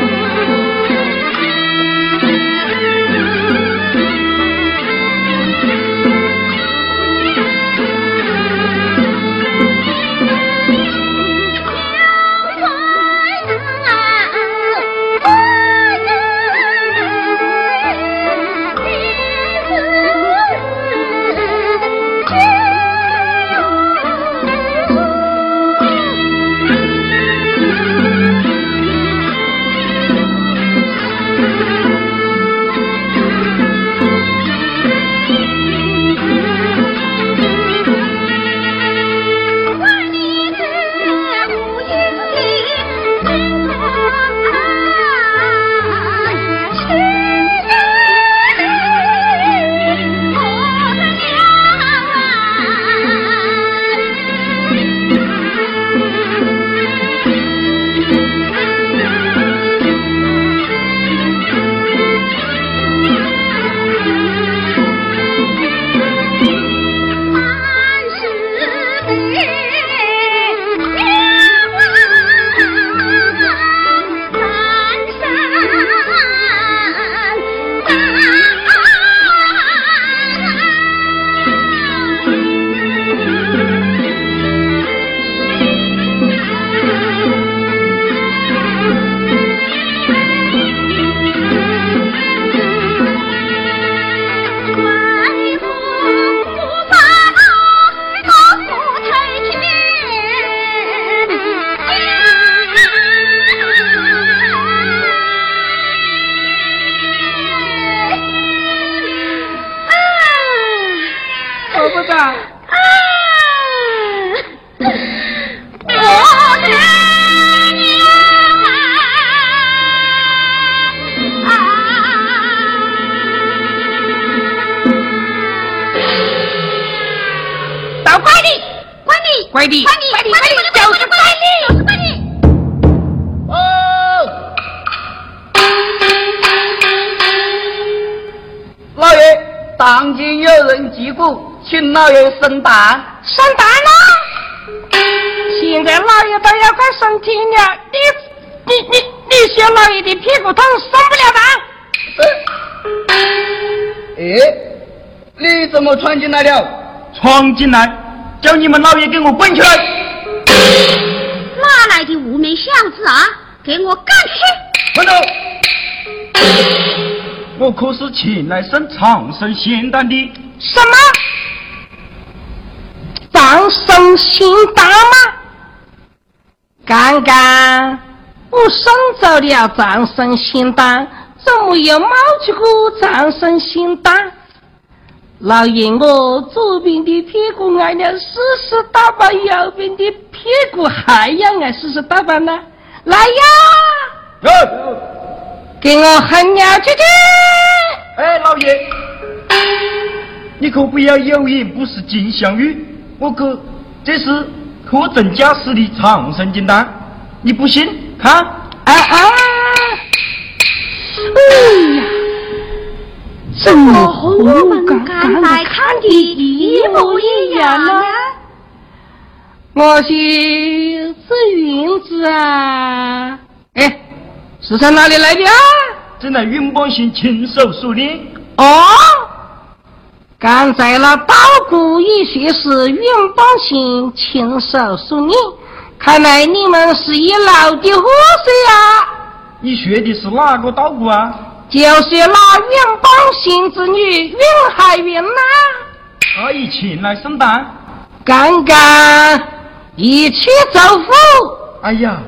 快递，快递，快递，快递，就是快递，就是快递。哦，老爷，当今有人击鼓，请老爷升坛。 升坛了？现在老爷都要快升天了，你你你你小老爷的屁股痛，升不了坛。 哎，你怎么闯进来了？ 闯进来？叫你们老爷给我滚起来！ 哪来的无名小子啊！给我赶出去！ 快走！我可是前来升长生仙丹的。 什么？ 生心大吗？刚刚我送走了张生心大，怎么又冒出个张生心大？老爷，我左边的屁股挨了四十大板，右边的屁股还要挨四十大板呢。来呀！给我喊鸟姐姐！ 哎，老爷，你可不要有眼不识金镶玉，我可这是货真价实的长生金丹，你不信？看，啊啊！ 哎呀！ 怎么和我们刚才看的一模一样呢？ 我是这云子啊！哎，是从哪里来的啊？ 正在云邦县亲手所炼。 哦，刚才那稻谷一些是云邦县亲手所炼，看来你们是一老的货色啊！ 你学的是哪个稻谷啊？ 就是那云邦县之女云海云呐、 啊！他以前来送单， 刚刚一去走府。 哎呀，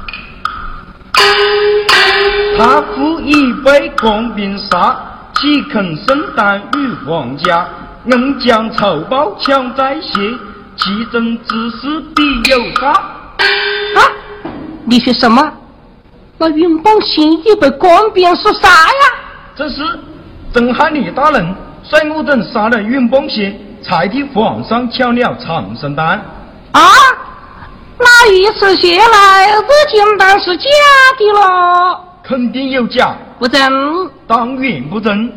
他父已被官兵杀，岂肯送单与皇家？恩将仇报强在先，其中之事必有诈。 啊！你说什么？那云邦县已被官兵所杀呀！ 这是曾汉李大人率我等杀了云邦县，才替皇上抢了长生丹。 啊！那一次下来，这金丹是假的了？ 肯定有假， 不真？ 当然不真。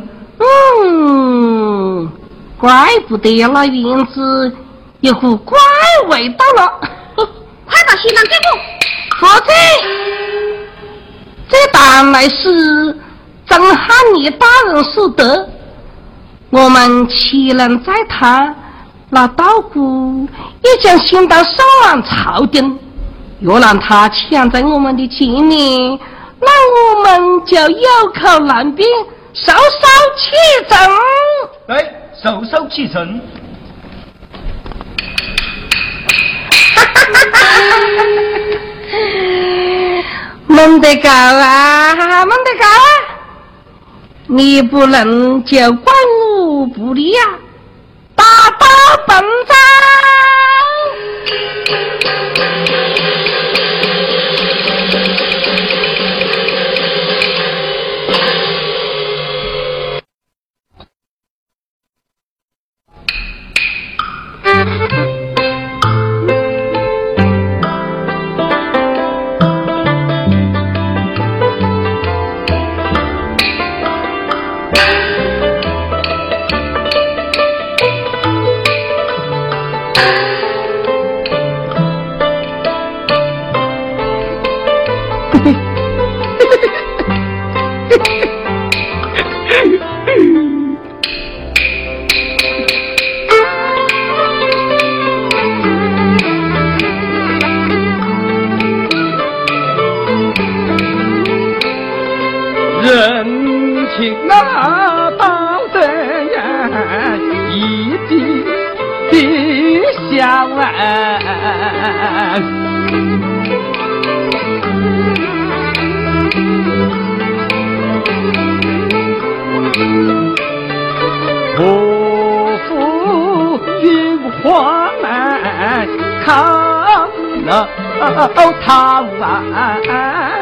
嗯，怪不得那云子有股怪味道了。 快把新丹给我！ 否则。这当然是曾汉李大人所得，我们岂能在他那稻谷也将新丹送往朝廷，若让他抢在我们的前面，那我们就有口难辩，手手启程。 来，手手启程。 蒙得高啊，蒙得高啊！你不能就怪我不利啊！大刀本章。 人情那当真呀，一地的笑啊！我夫云花满看了他啊！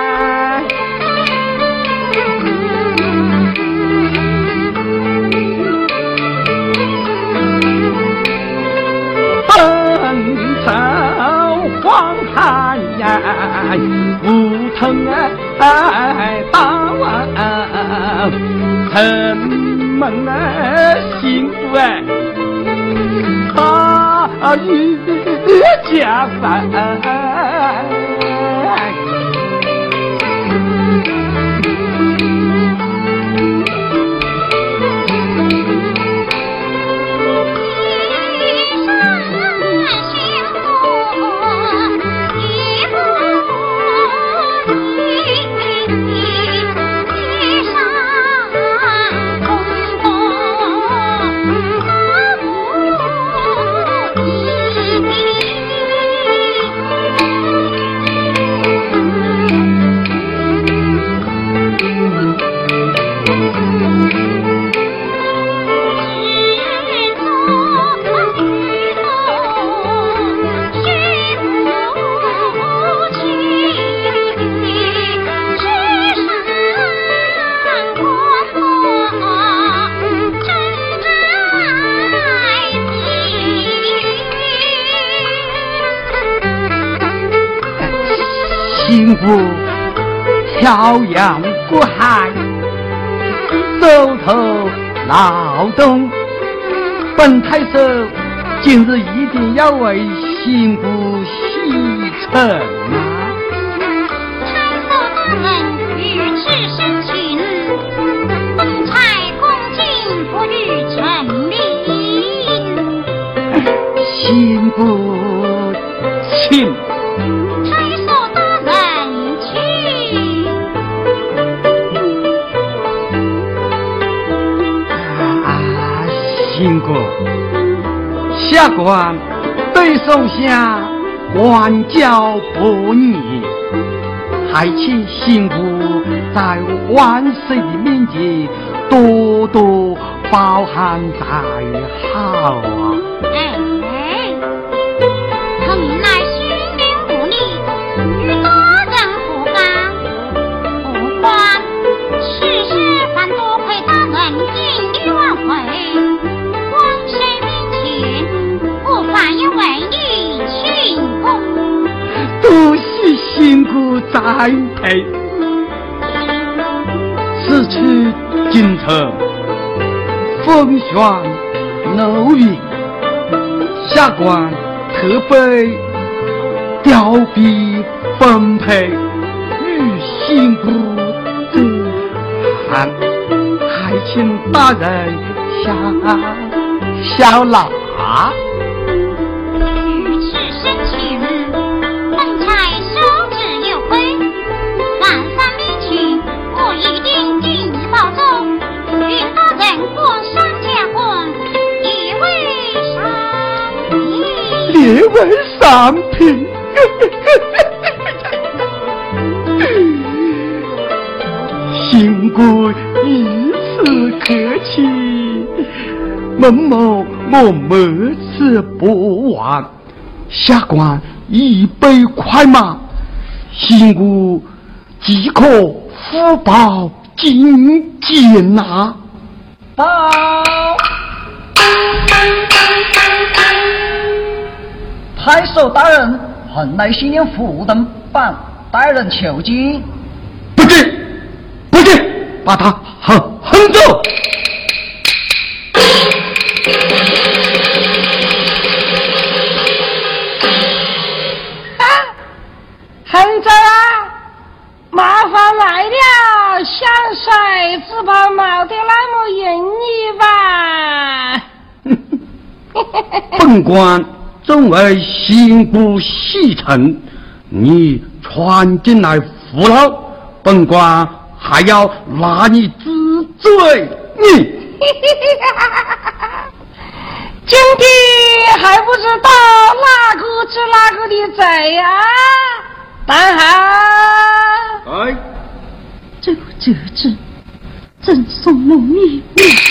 本朝黄汉呀，无藤哎刀啊，城门啊心哎，他与家饭。 一妇漂洋过海，手头劳动，本太守今日一定要为新妇洗尘啊！ 太守大人与此生情，本才恭敬不予成命。 新妇请。 太守大人请。 啊，新妇。下官对手下管教不严，还请新妇在万岁的面前多多包涵才好啊！ 哎，臣乃心明不理，与大人何干？不管此事，反多亏大人尽力挽回。万岁面前，我反要为你请功。 多谢辛苦栽培。此去京城，风旋楼宇，下官特备调笔分配，与辛苦之寒，还请大人下小老。 与此生情，本才受之有亏。万三面前，我一定尽力保重。愿大人过三家婚，列为三品。 列为三品。辛苦以此客气，某某我每次不忘，下官一杯快马，辛苦即可福报金钱呐！ 报，太守大人，本来新年副登榜，待人求见。 不进，不进，把他横横走！ 恒仔啊，麻烦来了，香水只怕冒得那么容易吧？ 本官正为辛苦细臣，你传进来服劳，本官还要拿你治罪你。 今天还不知道哪个治哪个的罪啊！大好， 哎， 这个折子赠送农民。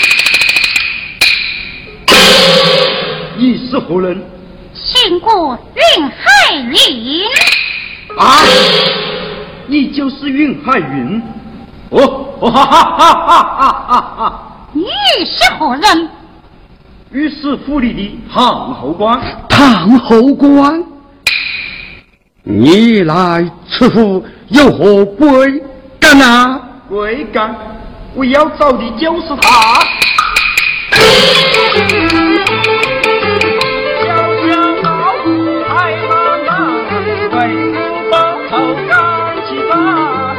你是何人？ 姓过云海林。 啊，你就是云海云？哦，哦哈哈哈哈哈哈哈！ 你是何人？ 御史府里的唐侯官。唐侯官，你来此府有何贵干啊？贵干，我要找的就是他。 小小老虎太难拿，为父报仇干起发。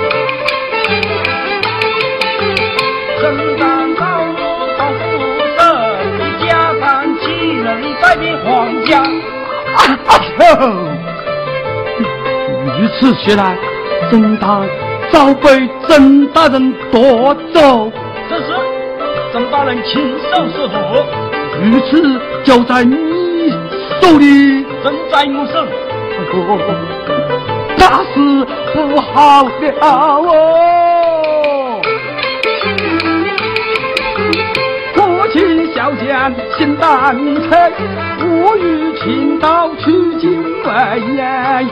怎敢造我同父生，一家三七人在变皇家。 如此说来，怎当早被曾大人夺走？ 这是曾大人亲手所做， 如此就在你手里。 正在我手。 那是不好了哦！父亲小将心胆诚，我与秦道取经为言。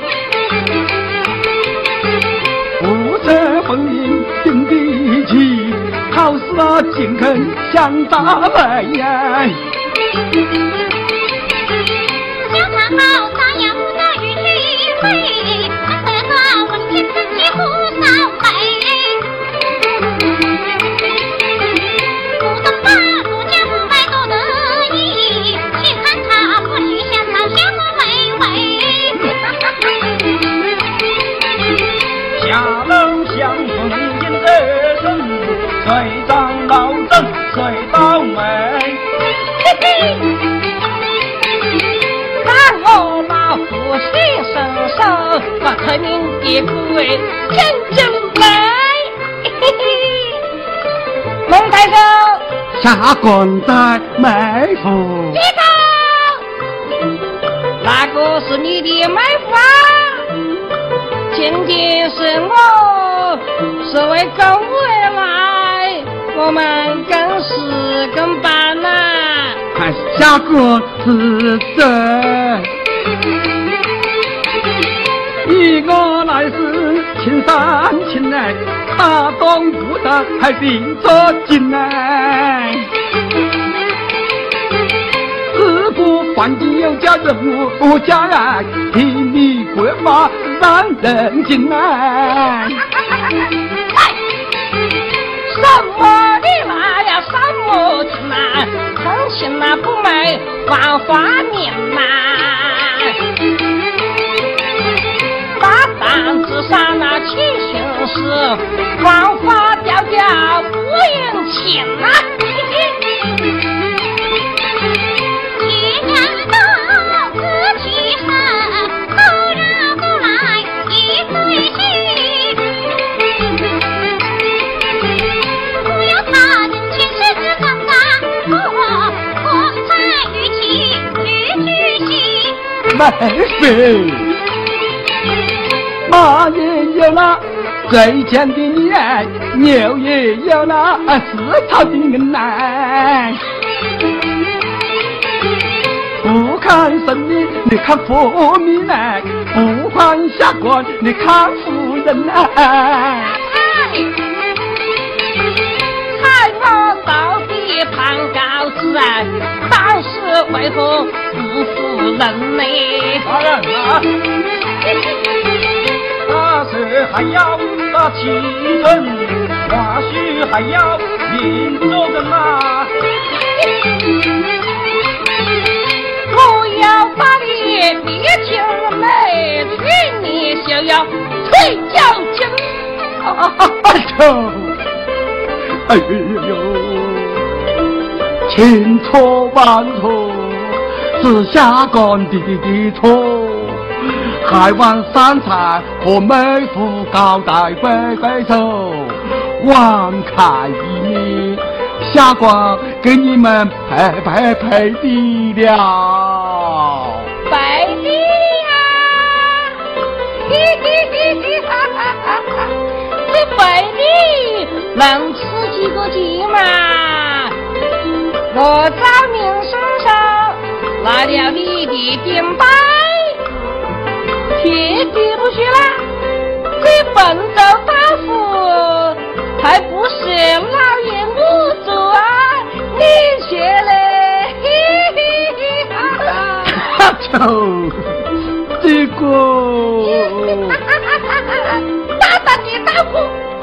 不择风云定地气，好似那井坑向大为言。 小茶好，大洋不大雨去飞，得到文天子谁长老正谁倒霉。 嘿嘿，那我老夫妻伸手，把开明的鬼真正来。嘿嘿，孟太守， 下官在埋伏。 别走，那个是你的埋伏啊！今天是我是为各位来，我们更是跟班呐。 还下官是真，一个乃是青山青来，大东不得还顶着进来。自古凡间有家人物不家来，听你规划让人进来。 什么你来呀？什么情来？真情那不美，万花年呐！大胆之上那七旬事，万花调调不言情呐！ 买飞，马也有了最强的脸，牛也有了四草的奶。不看生命，你看佛命来；不看下官，你看夫人来。 害我到底判告之案，但是为何不服人呢？ 大人啊，大事还要大气人，话须还要明着人啊。 我要把你别情来，娶你就要退教经。 哎呦，哎呦，千错万错，是下官的的错。海湾三才和妹夫高抬贵贵手，网开一面，下官给你们赔赔赔地了。 赔地呀！嘿嘿嘿嘿哈哈哈哈！这赔地能吃几个鸡嘛？我在明身上来了你的点白，铁地不去了，这本州大夫还不是老爷无主啊！你学嘞，嘿嘿嘿哈哈！ 哈臭，这个大大的大夫，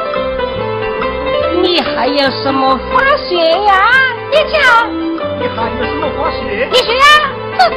你还有什么发现呀？你讲， 你还有什么发现？ 你说呀？哼！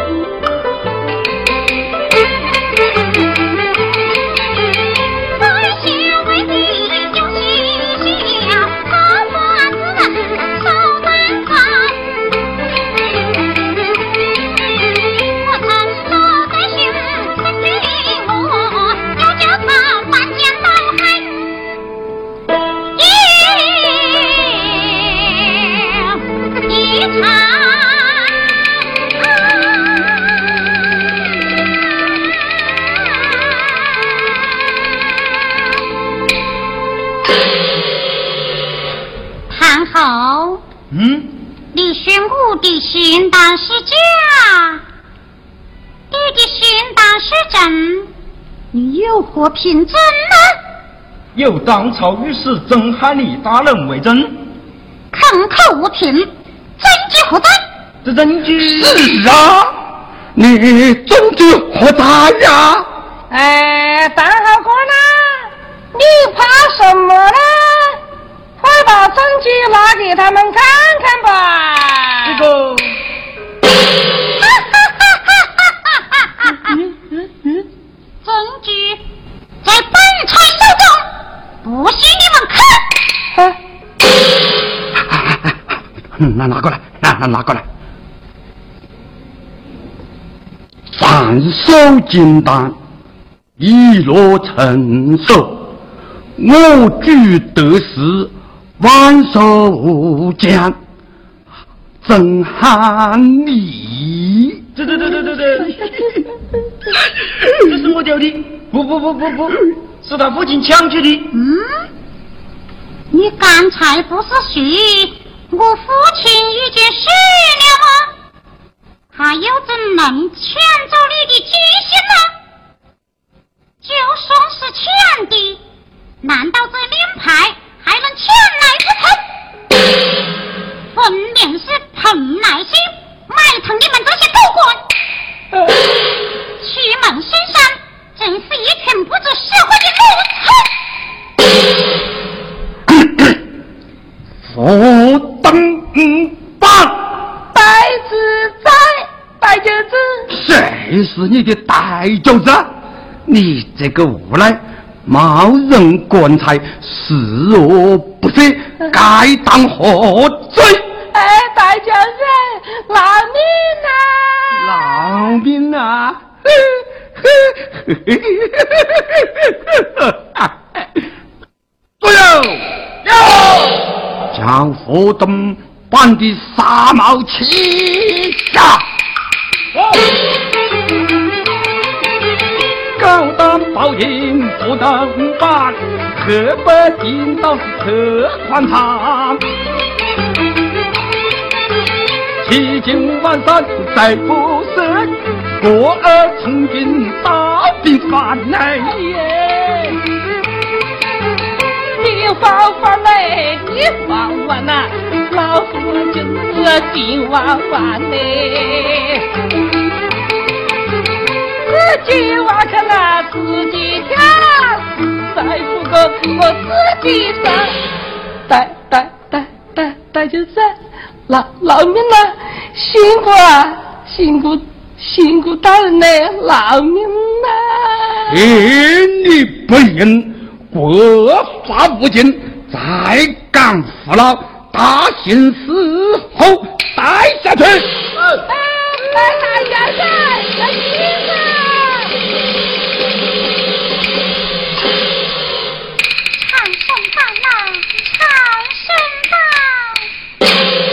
好， 嗯， 你宣布的宣达是假，你的宣达是真，你有何凭证呢？ 有当朝御史曾汉礼大人为证， 空口无凭，证据何在？ 这证据是啊，你证据何在呀？ 哎，范好官呐，你怕什么呢？快把证据拿给他们看看吧。 这个， 嗯嗯嗯，证据在本朝手中，不许你们看。 嗯，拿拿过来，拿拿拿过来。反手金丹，一落成手，我举得势，万寿将，真汉你。 对对对对对对，这是我丢的，不不不不不，是他父亲抢去的。 嗯，你刚才不是说我父亲已经死了吗？还有怎能抢走你的机心呢？就算是抢的，难道这令牌还能抢来不成？分明是蓬莱星埋腾你们这些狗官！取门深山，真是一群不知社会的佛登榜。 呆子在，呆舅子。 谁是你的呆舅子？你这个无赖，冒认官差，视恶不赦，该当何罪？ 哎，大舅子，饶命啊！ 饶命啊！左右，有，将佛灯绑的纱帽起下。 高档宝银不能办，河北领导是特宽敞。七进万山再不胜，过儿从军大兵犯来耶！ 你放放嘞，你放放呐，老夫就是金娃娃嘞。自己挖坑啊，自己跳，实在不够我自己上。带带带带带就是老老命了，辛苦啊，辛苦辛苦大人嘞，老命啊！ 天理不仁，国法无禁，再敢扶老，大刑死后带下去。 哎，大家在，来听啊！ 长生到来，长生到。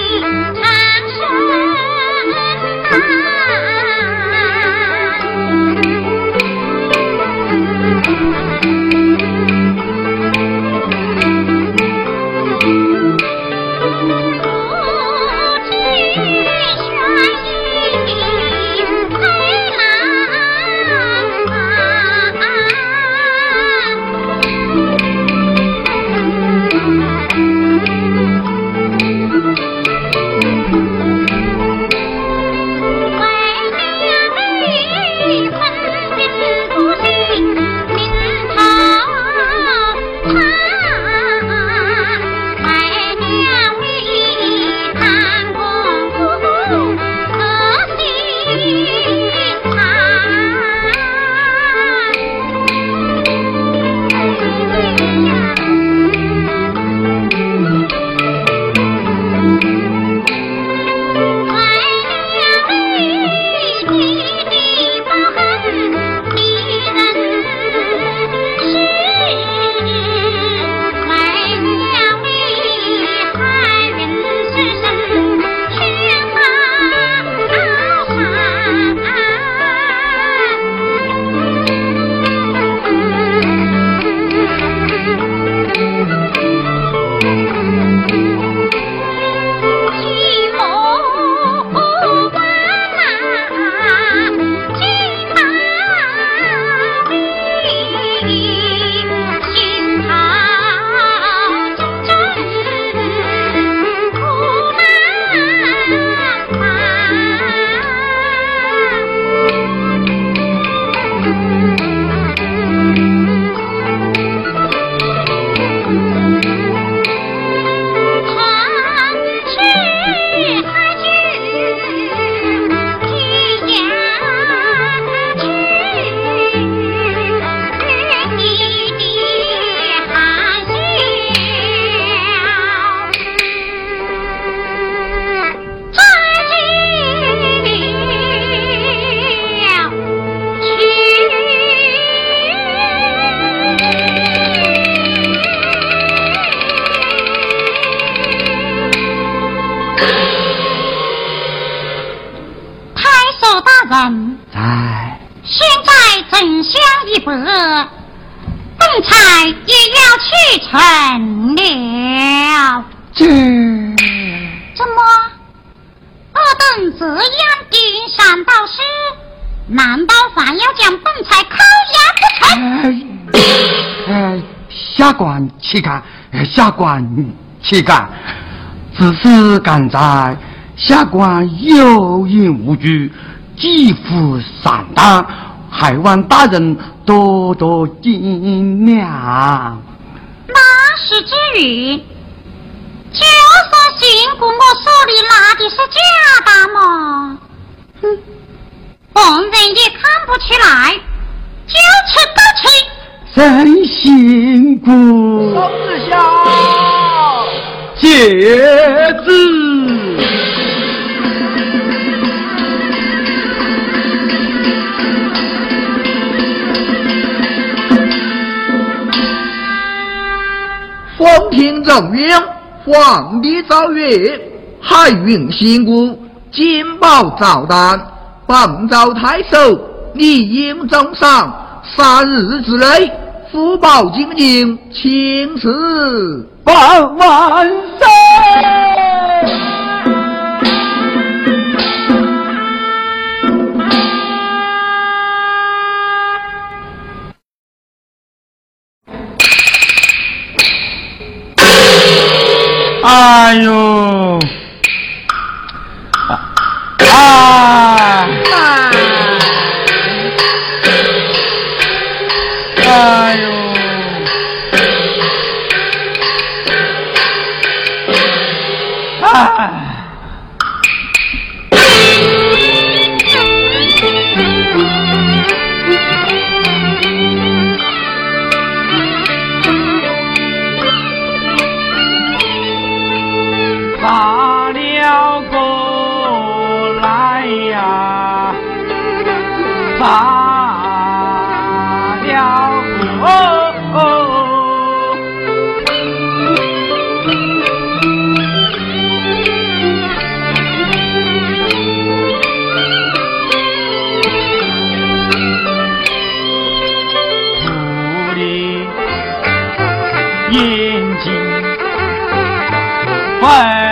长也要去成了。 这怎么？尔等这样顶上道士，难道还要将本才扣押不成？ 哎哎，下官岂敢，下官岂敢？只是赶在下官有言无据，几乎善当，还望大人多多见谅。 那是至于，就算信过我手里拿的是假的嘛，哼，旁人也看不出来，就此道歉。 真辛苦， 宋子孝， 节制。 风平正云，皇帝诏曰：海运辛苦，金宝照单，本诏太守理应重赏，三日之内复报金银，请示万万岁！哎呦！啊！哎呦！哎！爬了过来呀，爬了过，我的眼睛快。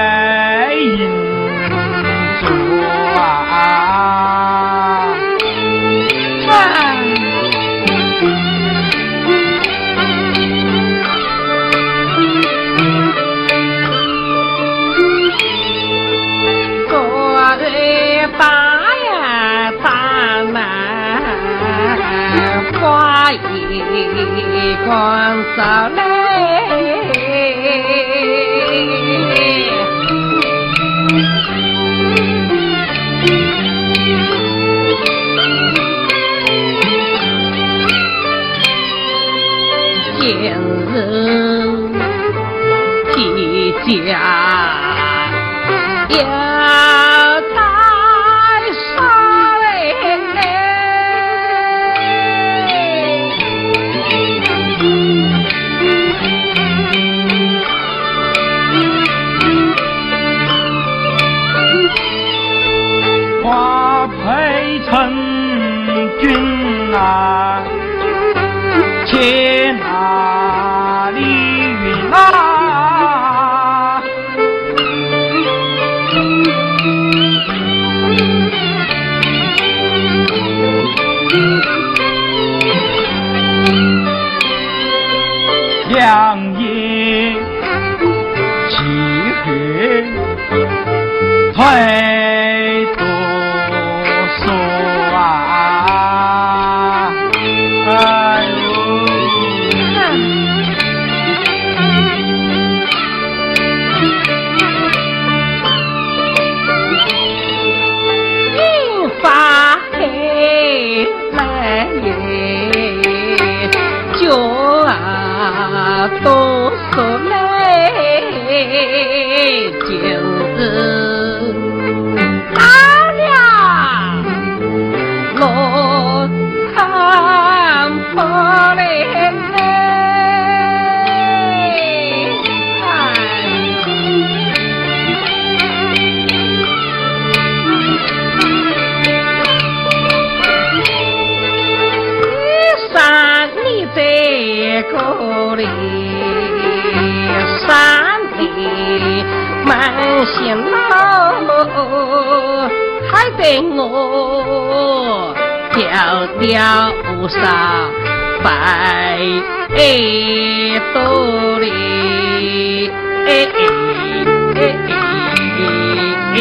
光扫嘞，今日提家要带上嘞。花配成君啊，且哪里云啊？两夜气血退多说啊，哎呦！银发黑来耶，就啊多说嘞，今日到了罗汉坡嘞，你上你这个。 先老还得我掉掉上白多哩。哎哎哎哎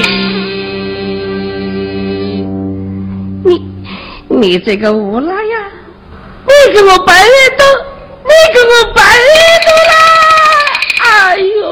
你你这个无赖呀！你给我白头，你给我白头啦！哎呦！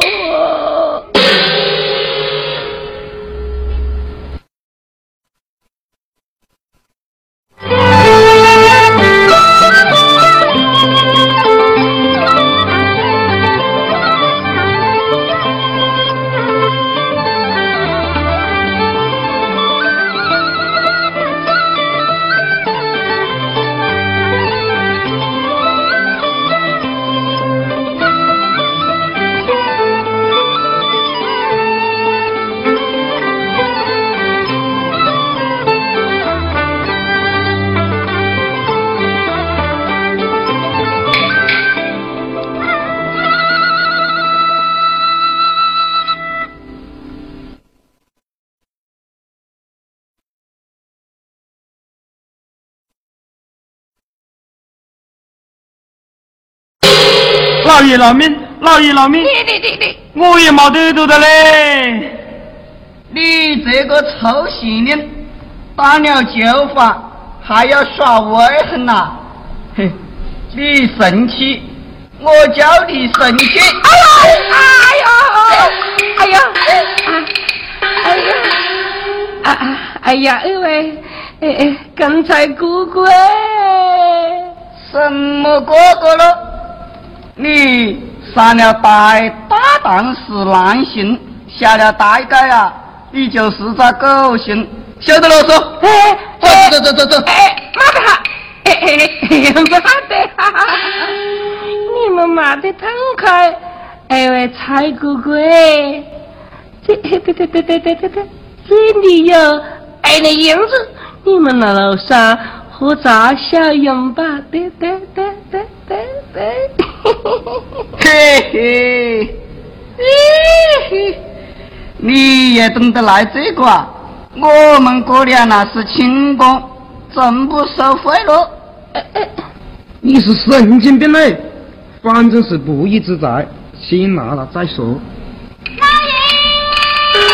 老爷饶命，老爷饶命！ 你你你你， 我也没得多的嘞。 你这个臭杏林，打了旧法还要耍威狠呐！嘿，你生气，我叫你生气！ 哎呀，哎呀，哎呀，哎呀，啊啊，哎呀，二位，哎哎，刚才哥哥哎， 什么哥哥了？你上了代大当是狼性，下了代盖啊，你就是只狗性，晓得啰嗦？ 哎， 走走走走走！ 哎，马得哈，哎哎，马得哈，你们马得痛快，哎喂，蔡哥哥哎，这对对对对对对对，这里有哎那样子，你们那楼上喝茶小饮吧，对对对对对对。 嘿嘿，嘿嘿，你也懂得来这个啊？我们哥俩那是亲公，真不收费喽。 你是神经病嘞！反正是不义之财，先拿了再说。 老爷，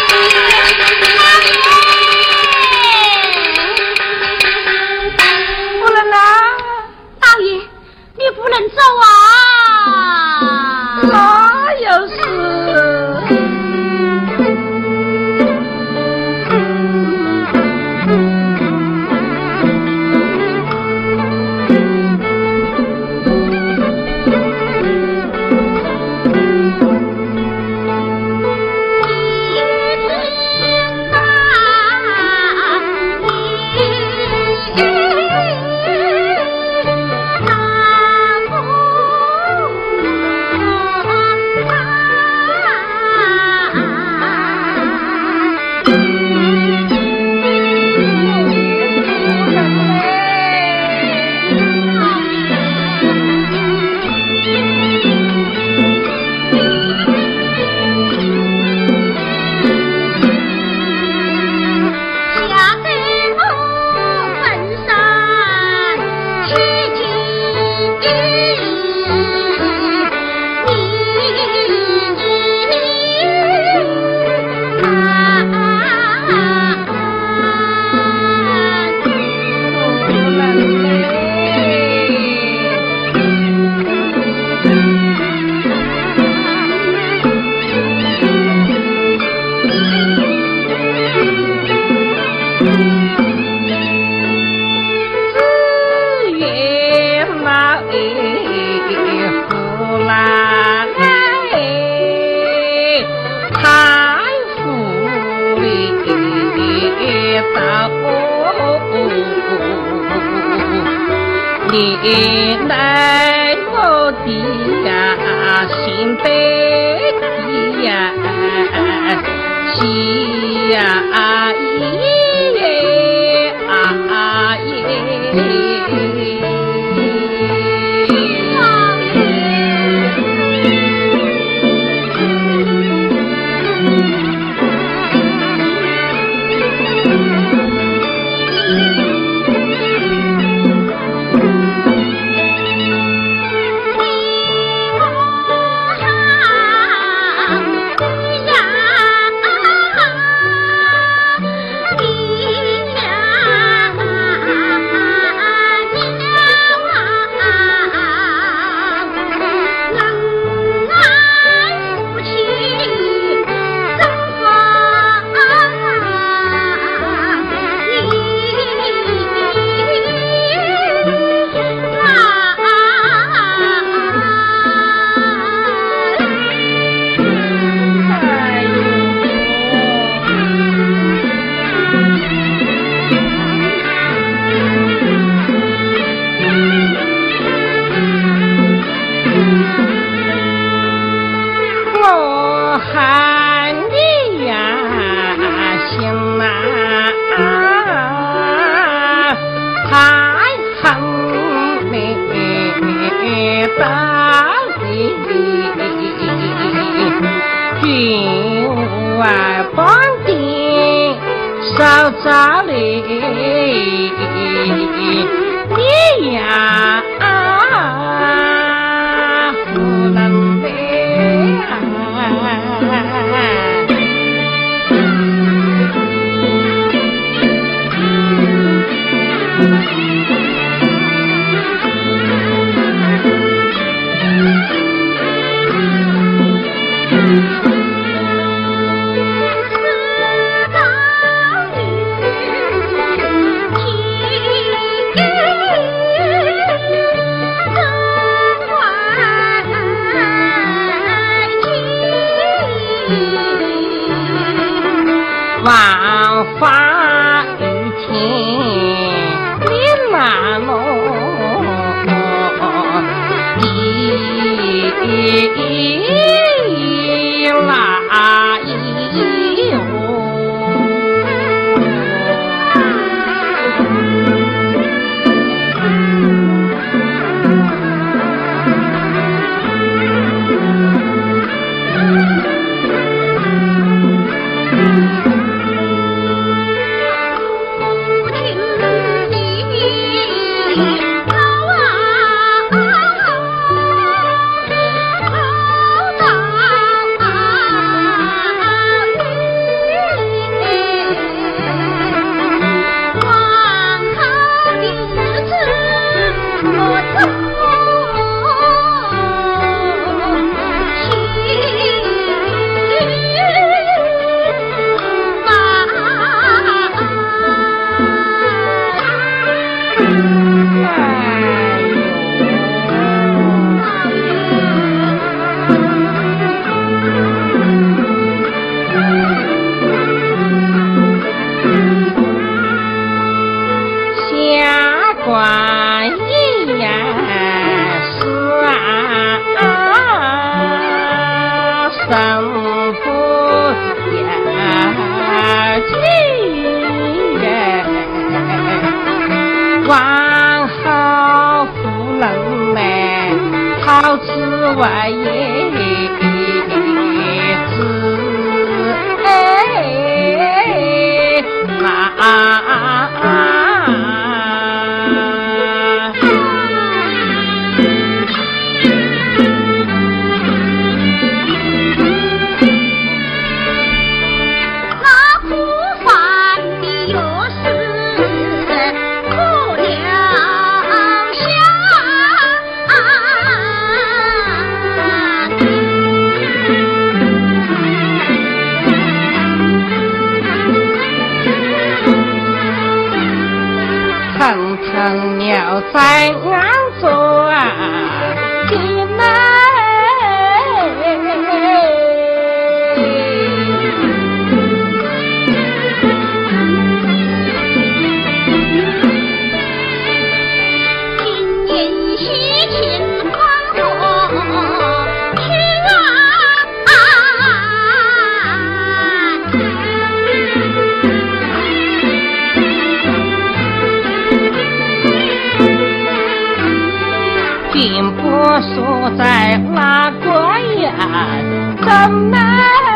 不能拿， 老爷，你不能走啊！ 哪有事？你来我的呀，心得的呀，喜呀耶啊耶。 喊你呀行呐，太恨你到底，君外帮的少找你，你呀不能的。王法一听你那么一拉一外也知哎啊腾鸟在岸坐啊，天哪！ 今年西秦黄河去啊！ 并不说在哪个呀，怎奈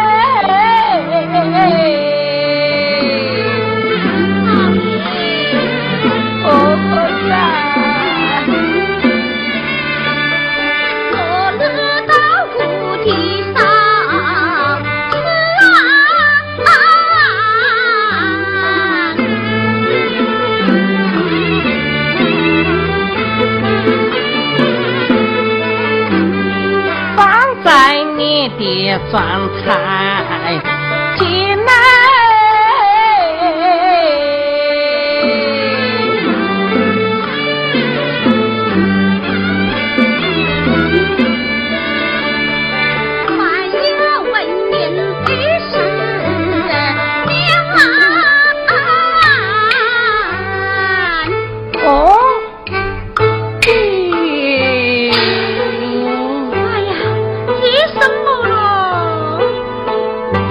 哦呀， 我日到谷地上吃啊！ 放在你的装菜进来。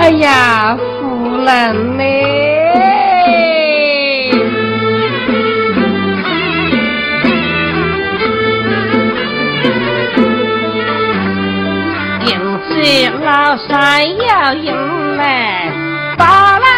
哎呀，夫人呢？定是老山要迎来把来。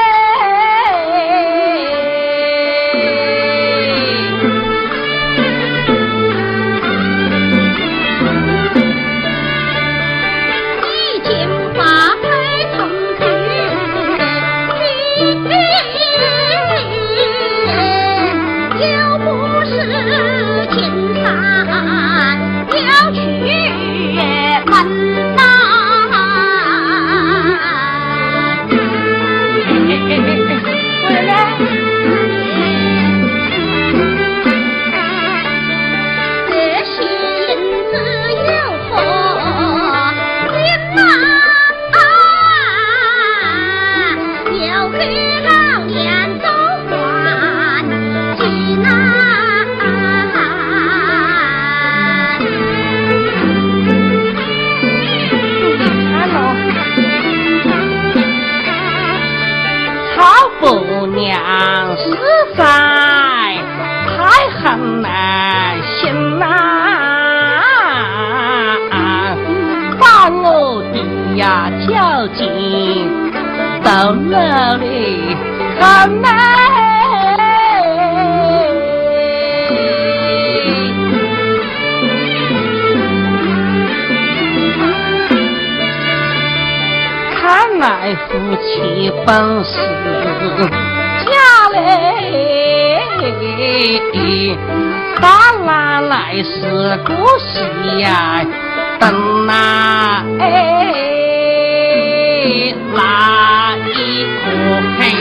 到那里看来，看来夫妻本是家嘞，当然来是故事呀，等那哎那一颗黑。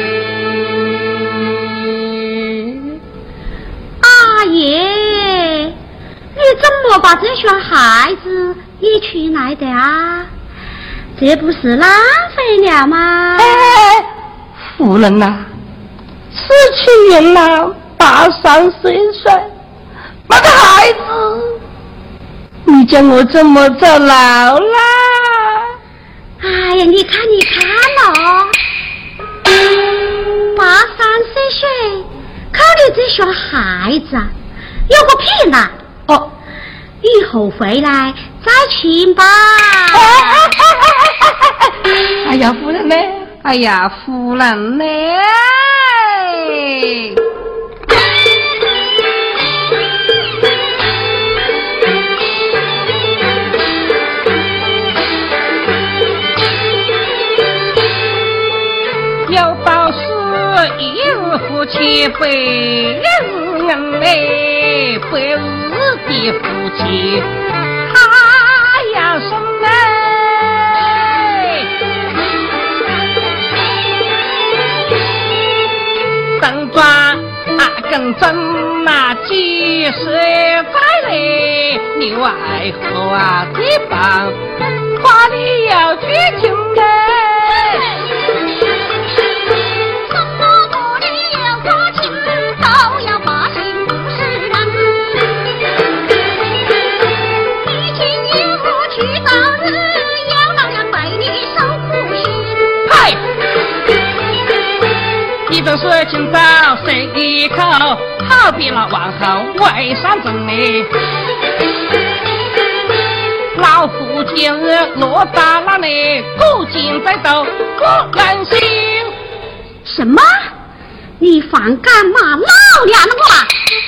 阿爷，你怎么把这双孩子也娶来的啊？这不是浪费了吗？ 哎，夫人呐、啊，此去年老大三岁岁，那个孩子，你叫我怎么走老啦？ 哎呀，你看你看哦，八三岁岁，靠你这双孩子啊，有个屁呢！哦，以后回来再请吧。 哎哎哎哎哎哎呀，夫人呢？哎呀，夫人呢？有道是一日夫妻百日恩嘞，百日的夫妻他呀什么？等抓啊跟真那几十载嘞，你为何啊这帮话你要去听的？一本是今早谁一口，好比那王后为山争呢？老夫今日落大了呢，古今在斗不忍心。 什么？你反敢骂老娘的话？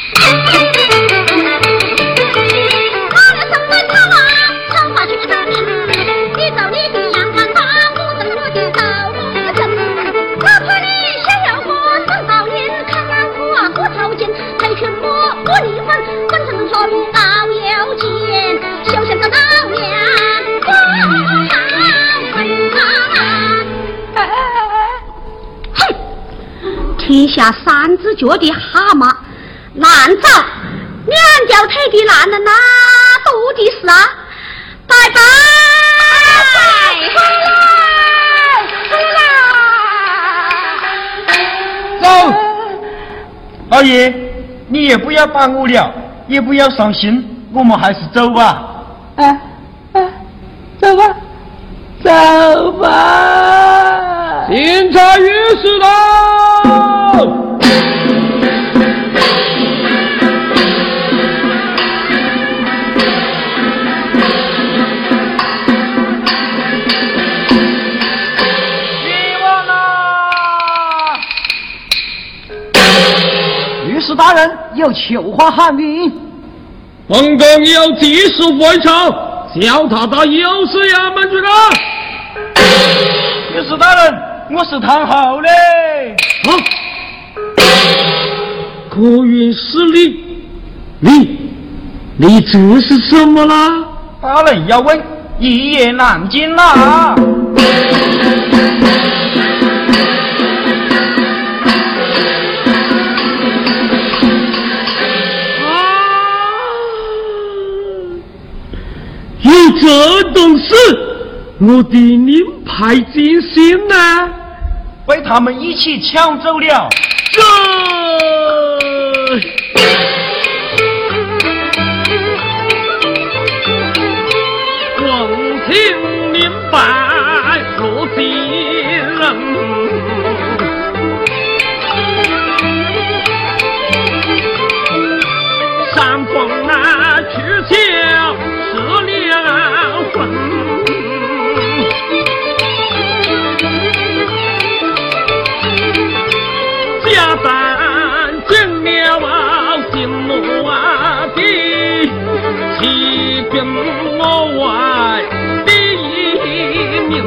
老娘怎么吵啊？吵话去个命！你走你的阳关道，我走我的道路正。哪怕你想要我上道人，看俺我啊我朝见，还劝我我离婚，本成何路老有见，休想着老娘我分啊！哼！天下三只脚的蛤蟆难找，两条腿的男人哪多的是啊！拜拜！ 走，二爷，你也不要耽误了，也不要伤心，我们还是走吧。 哎哎，走吧，走吧。 大人有求话喊你。 本宫有急事回朝，叫他到右司衙门去了。 御史大人，我是唐后嘞。 啊！可云是你，你，你这是什么啦？ 大人要问，一言难尽啦。 有这种事，我的令牌进行呢， 被他们一起抢走了。 这光听明白落地人，三光那去抢是两分。家担进了心怒啊的，欺骗我外的一名，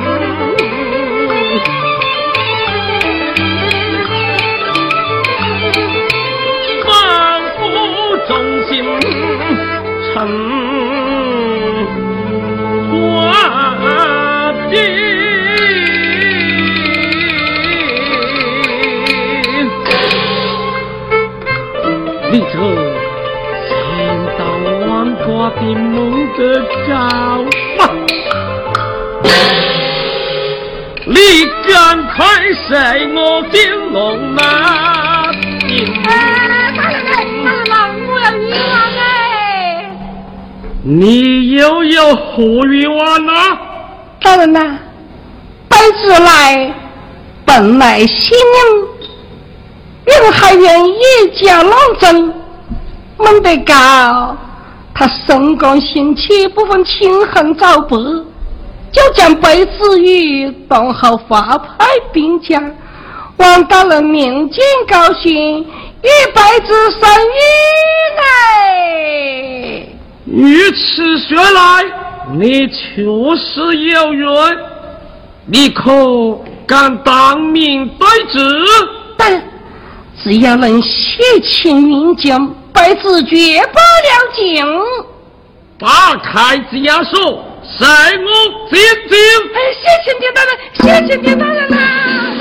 反复忠心成花的。你这千刀万剐的梦得着吗？你敢快谁我金龙那金？ 大人哎，大人，我要冤枉哎！ 你又有何冤枉啊？ 大人呐，白子来本来心人，人还愿意家老真，没得搞他神功兴起，不分青红皂白，就将白子玉当好发派兵将。王大人民间高兴，与白子生育呢。 于此说来，你确实有缘，你可敢当面对质？ 但只要能血清云江，白子绝不了情。 打开家书，塞我进京。 哎，谢谢狄大人，谢谢狄大人啦！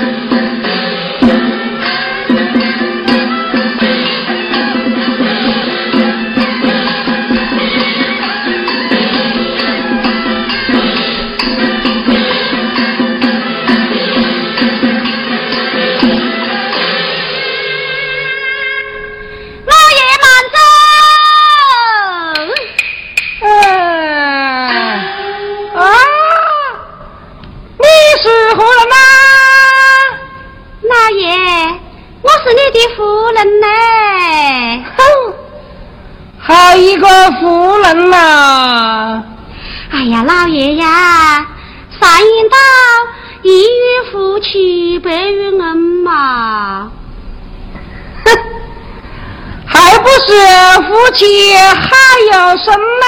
夫人呢？ 哼，好一个夫人呐、啊！ 哎呀，老爷呀，上言道，一月夫妻百月恩嘛。 哼，还不是夫妻还有什么？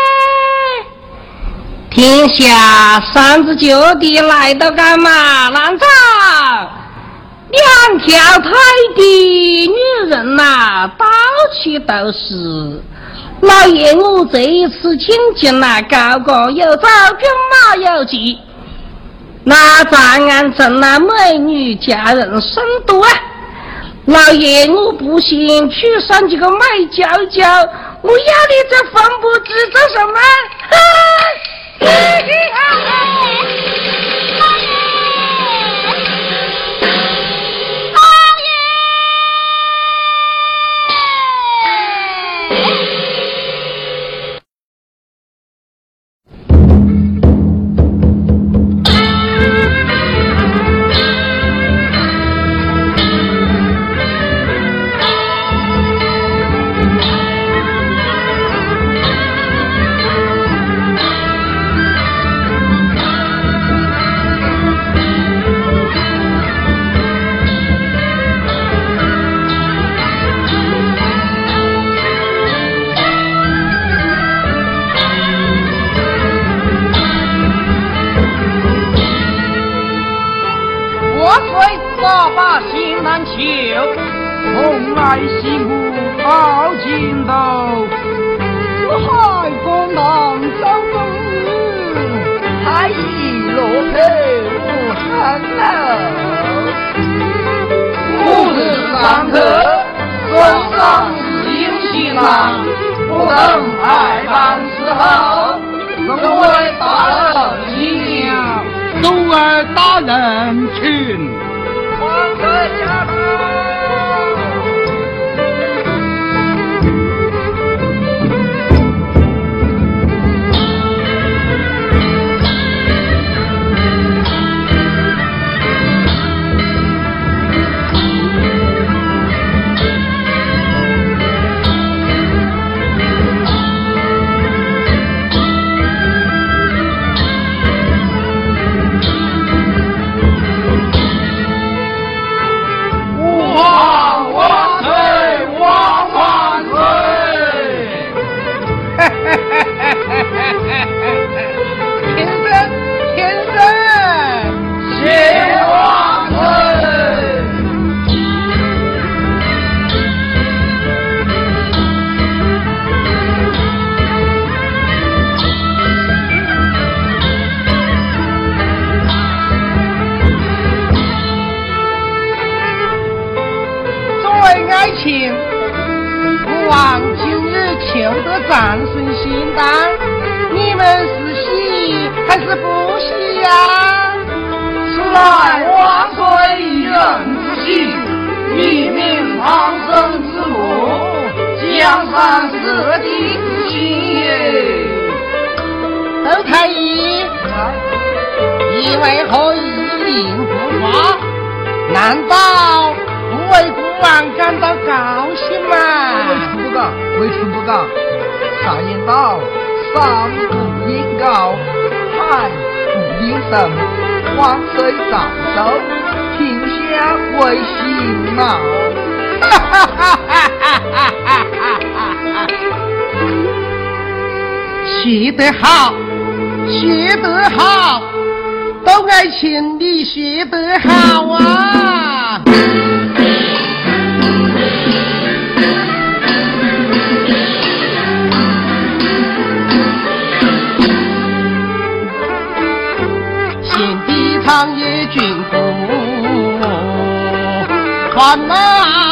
天下三十九地来到干嘛？南诏。两条腿的女人呐、啊，到处都是。老爷，我这一次请进呐，高官有召，军马有骑，那长安镇那美女佳人甚多啊！老爷，我不信去上几个美娇娇，我要你这分不知做什么？啊大兴难求， 蓬莱西湖好尽头， 四海风浪张风雨，海戏落配无长楼。 吾日三客，身上新西郎，不等爱办时候，各位大人请了， 诸位大人请。 王岁驾到！ 战胜新党，你们是喜还是不喜呀？ 此乃万岁一人之喜，一命苍生之福，江山社稷之心也。 窦太医，你为何一言不发？难道不为孤王感到高兴吗？ 为此不告，为此不告。常言道：山不应高，海不应深。万岁早寿，天下为心嘛！哈哈哈哈哈哈！ 写得好，写得好，都爱请你写得好啊！长野军夫传马，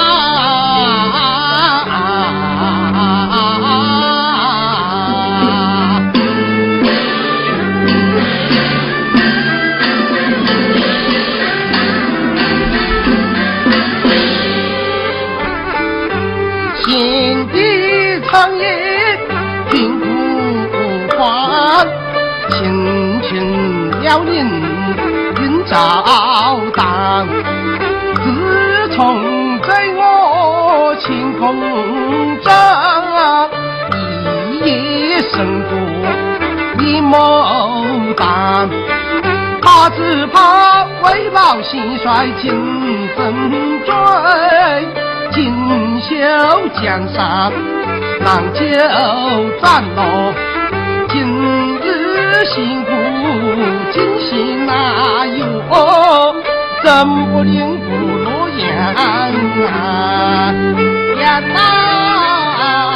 新的长野军夫传，轻轻辽宁照当，自从在我清空帐，一夜生活一牡丹，怕只怕为老心衰精神追，锦绣江山难久战咯，今日辛苦今夕哪有怎不令不落雁啊雁啊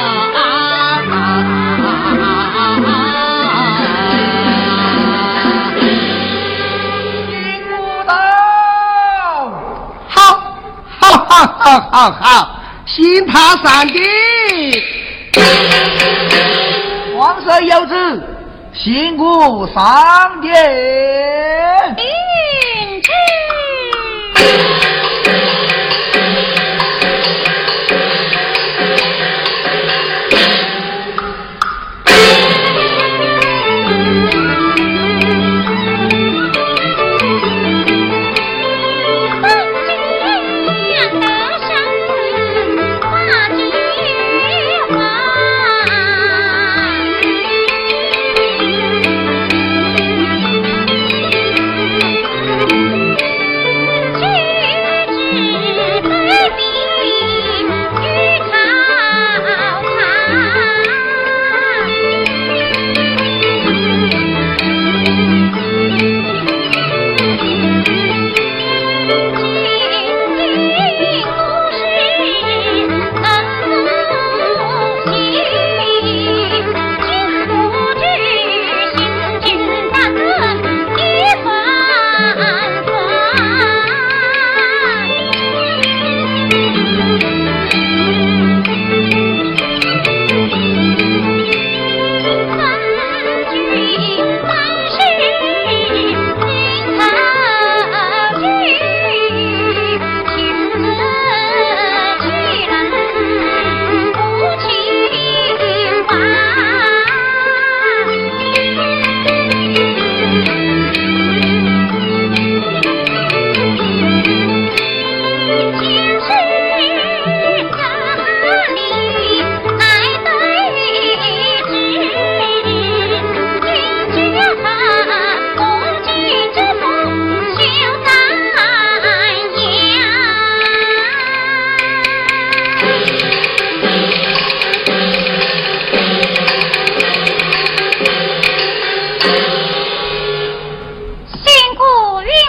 听不到，好好好好好好，新塔山的皇上有旨，辛苦上殿。 应旨。本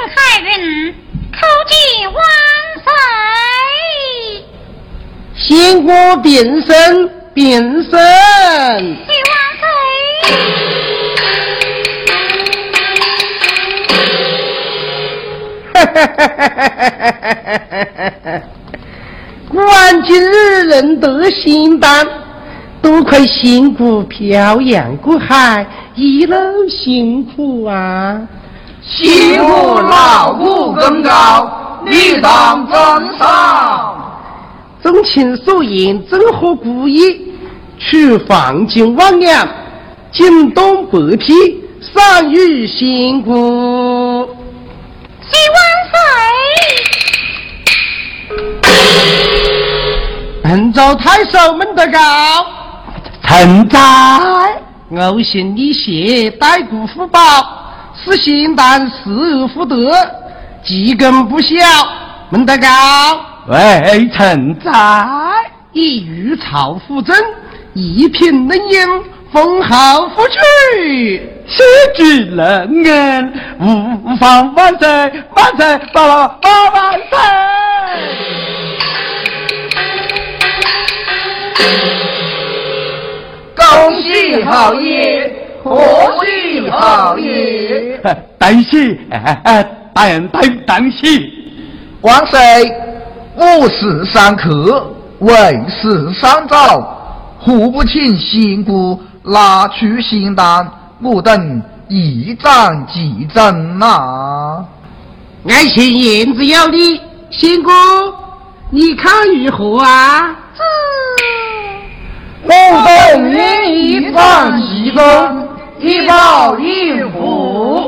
海人叩见万岁。 仙姑变身变身， 谢万岁。 管今日人得仙丹，多亏仙姑漂洋过海，一路辛苦啊！ 辛苦劳苦功高，理当真赏。 钟情所言，正合古意，取黄金万两，惊动百体，赏与仙姑。 谢万岁。 本州太守们得高， 臣在。 偶行礼谢，待故福报，是仙丹失而复得，积根不小，们得高。 微臣在。 以御朝扶正，一品能言，封号复取。 谢举人恩，无妨万岁万岁万万万岁！ 恭喜好爷，贺喜好爷！ 当喜，当当当喜！ 万岁，五时三刻，为时尚早，何不请仙姑拿出仙丹，我等一战即争呐！ 爱卿言之有理，仙姑，你看如何啊？ 我等愿一战即争，以报应福。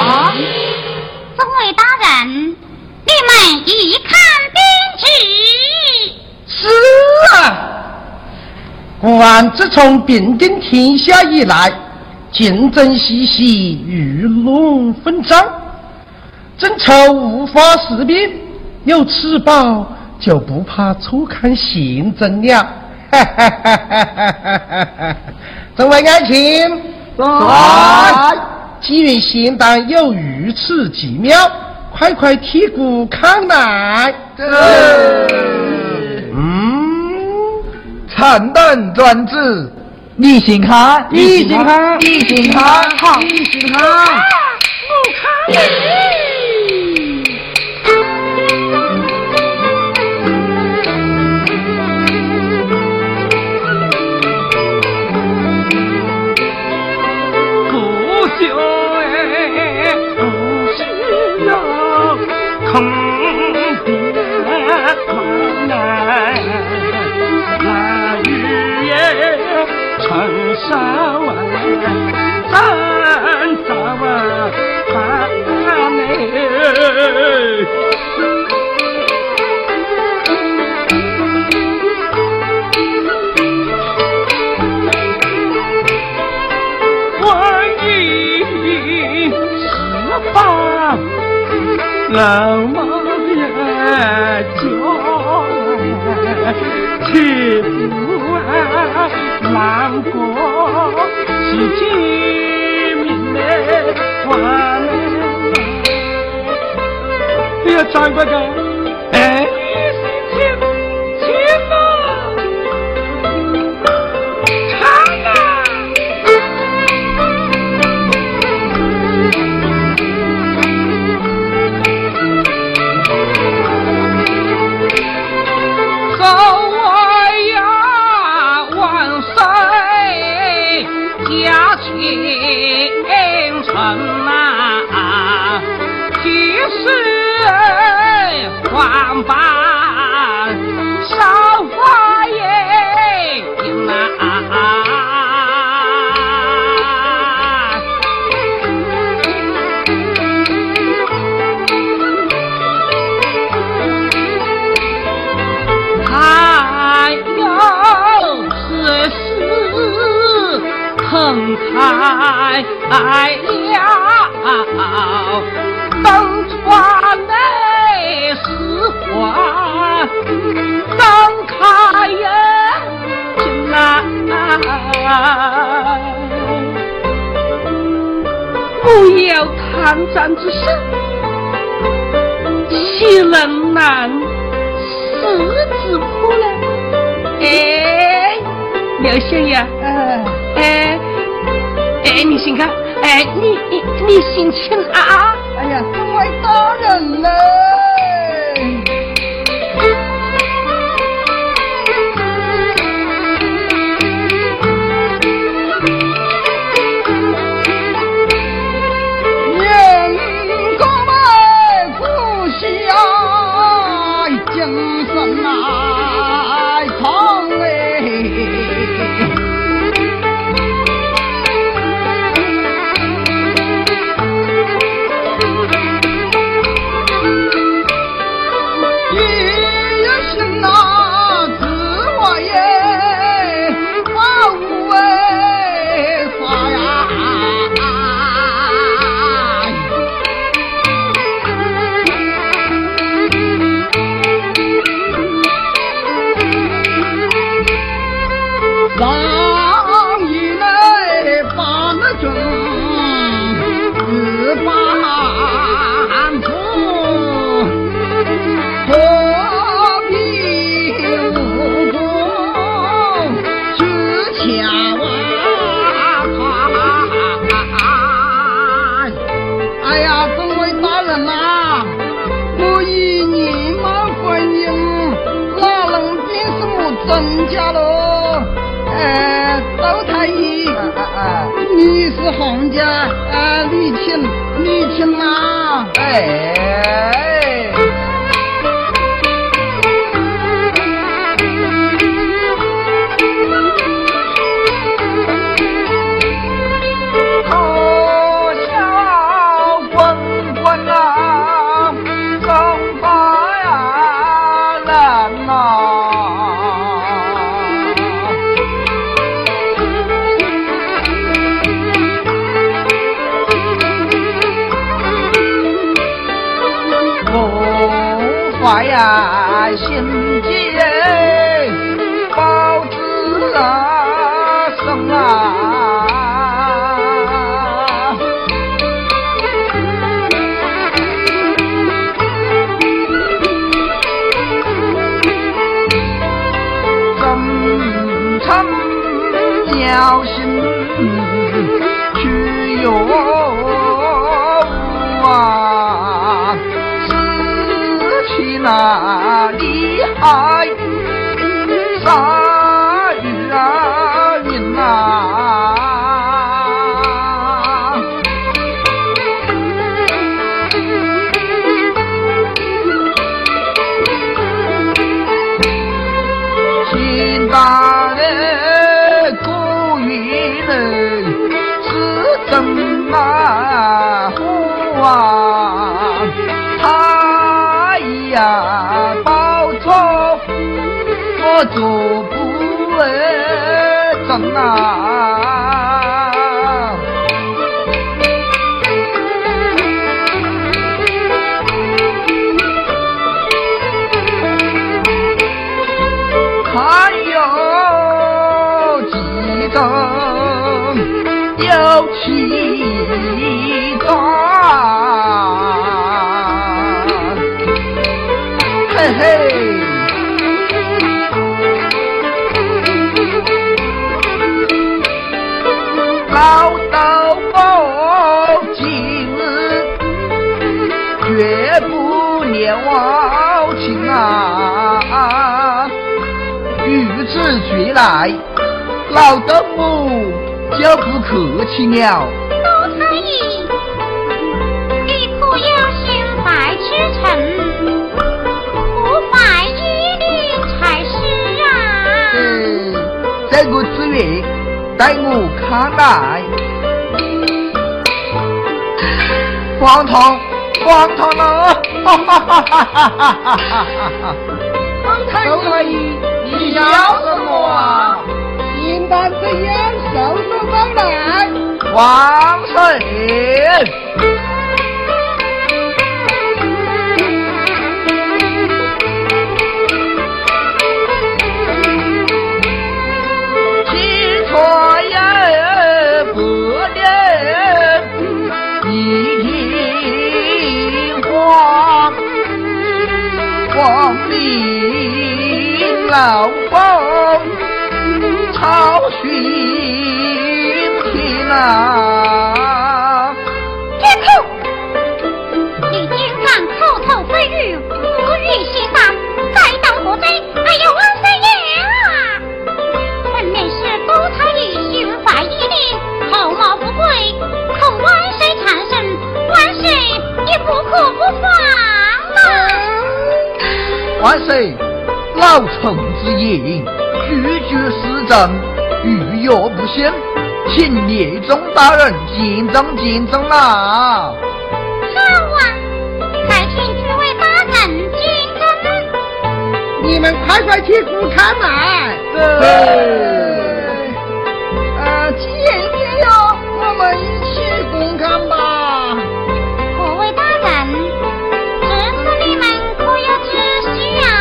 众位大人，你们一看便知。 古案自从平定天下以来，竞争嬉戏，鱼龙混战，正愁无法识别，有此宝就不怕初看行政了。哈哈哈哈哈哈！众位爱卿， 来， 既然现当有如此奇妙，快快剔骨看来。 嗯，臣等专制，你先看， 你先看， 你先看，好， 你先看， 我看上啊，咱早啊，把内。万一十八老毛也叫欺负啊！难过是见面的话呢，你要转过来，哎，亲亲啊，唱啊！好啊呀，万岁！家亲臣啊，几时还办少法爷啊？还有此事很开了，等传内实话，等开人进来。 不要贪战之事，岂能难死之苦呢？哎，刘先生，哎哎哎，你先看，哎，你你你先请啊！ 哎呀，各位大人嘞！增加了，呃，窦太医，你是行家，呃，你请，你请啊，哎。 在心间，报之啊生啊。真诚要心去有啊，失去那厉害杀鱼啊人啊，请大人古语呢是真啊苦啊，他呀报错我做不真啊，还有几个有气壮，嘿嘿。老豆腐今日绝不留情啊！如此追来，老豆腐就不客气了。 都可以，你可有心怀之诚，不怀疑虑才是啊。 嗯，这个资源带我看来，荒唐荒唐了，哈哈哈哈哈哈哈！ 都可以，你要什么啊？ 应当怎样收收上来？ 王神，起错也不能一听话，光明老风操寻天啊！ 绝口！你竟敢口头秽语，无语心大，再当何罪？哎呀，万岁爷啊！本面是多才艺，心怀毅力，厚貌富贵，恐万岁缠身，万岁也不可不防啊！ 万岁，老臣之言句句是真，欲若不信，请列宗大人见证见证啦！ 好啊，再请诸位大人见证。 你们快快去府看来。 对， 呃，既然这样，我们一起公看吧。 各位大人，这次你们可有知悉啊？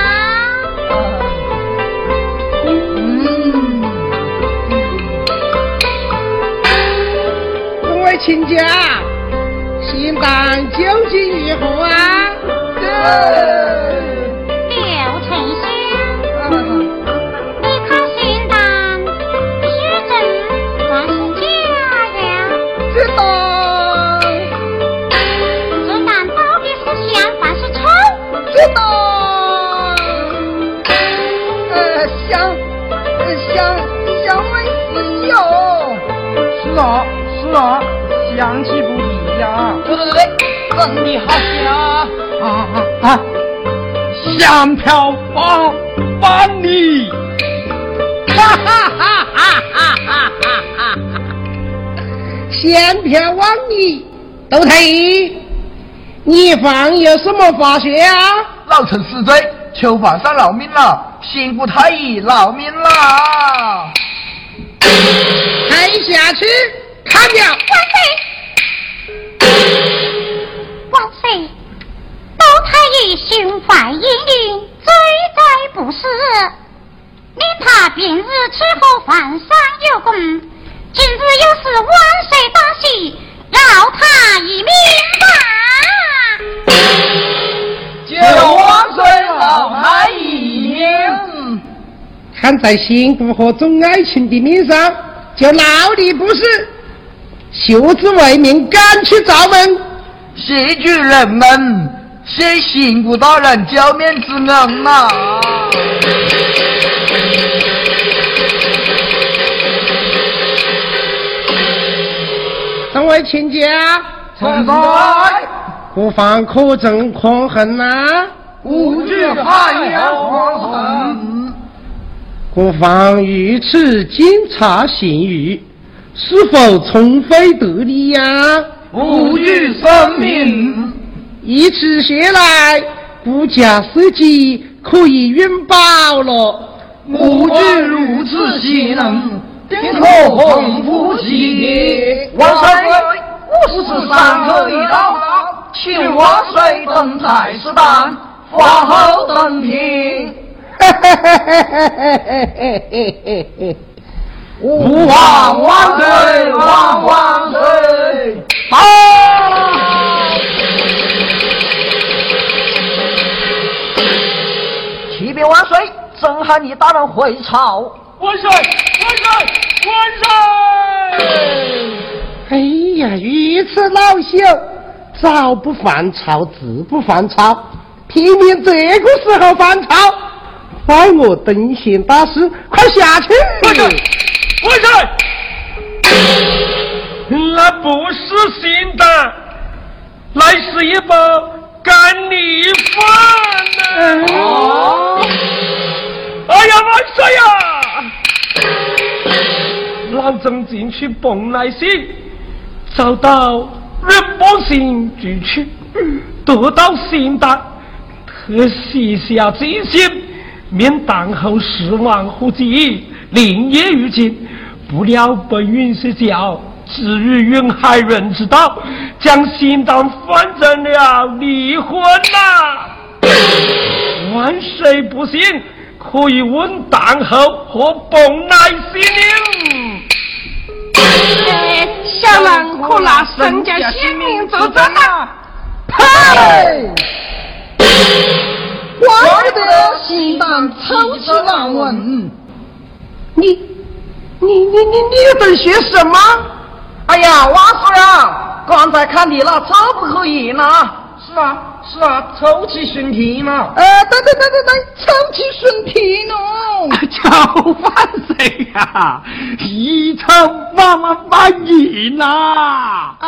各位亲家，新党究竟如何啊？ 刘丞相，你看新党是真还是假呀？ 这党， 这党到底是香还是臭？ 这党，呃，香，呃，香，香味是有。 是啊，是啊，香气不一样。 对对对对，真的好香啊！ 啊啊啊！香飘万万里， 哈哈哈哈哈哈哈哈！香飘万里，窦太医，你方有什么发觉啊？ 老臣死罪，囚犯上饶命了，辛苦太医饶命了。 抬下去，看了。 万岁！万岁！窦太医心怀阴云，罪他平日吃喝饭上有功，今日又是万岁大喜，饶他一命吧！ 就万岁饶他一命。 看在幸福和重爱情的面上，就饶你不是。袖子为民，赶去找门。 谢主人们，谢刑部大人教面之恩呐、啊！ 众位亲家， 臣在。 不妨可证匡衡呐、啊， 无惧汉阳匡衡。 不妨御此监察刑狱，是否从非得理呀、啊？ 无惧生命。 以此学来，顾家司机可以运保了。 无惧如此贤能，定可丰富其业。万岁！五十三可以到，请万岁登台试胆，发后登庭。吾王万岁，万万岁！好。启禀万岁，朕喊你大人回朝。 万岁！万岁！万岁！ 哎呀，御此老朽，早不犯朝，自不犯朝，偏偏这个时候犯朝，害我登贤大事，快下去！ 万岁！万岁！那不是新的，乃是一包干米饭呢、啊！哦！哎呀，万岁呀！老曾进去蹦来信，遭到日本刑拘去，得到新的，特写下这信，免当后失望乎己，另业于今。不料本运是教，至于云海人之道，将新党反正了离婚呐、啊！万岁不信，可以问当后和蹦来信令。 呃，小人可拿身家性命作证啊！ 呸！怪不得新党臭气难闻。 你。你你你你在学什么？哎呀，万岁啊！刚才看你那臭不可言呐！是啊，是啊，臭气熏天呐！呃，对对对对对，臭气熏天哦！ 叫万岁呀！一臭万万万年呐！ 啊！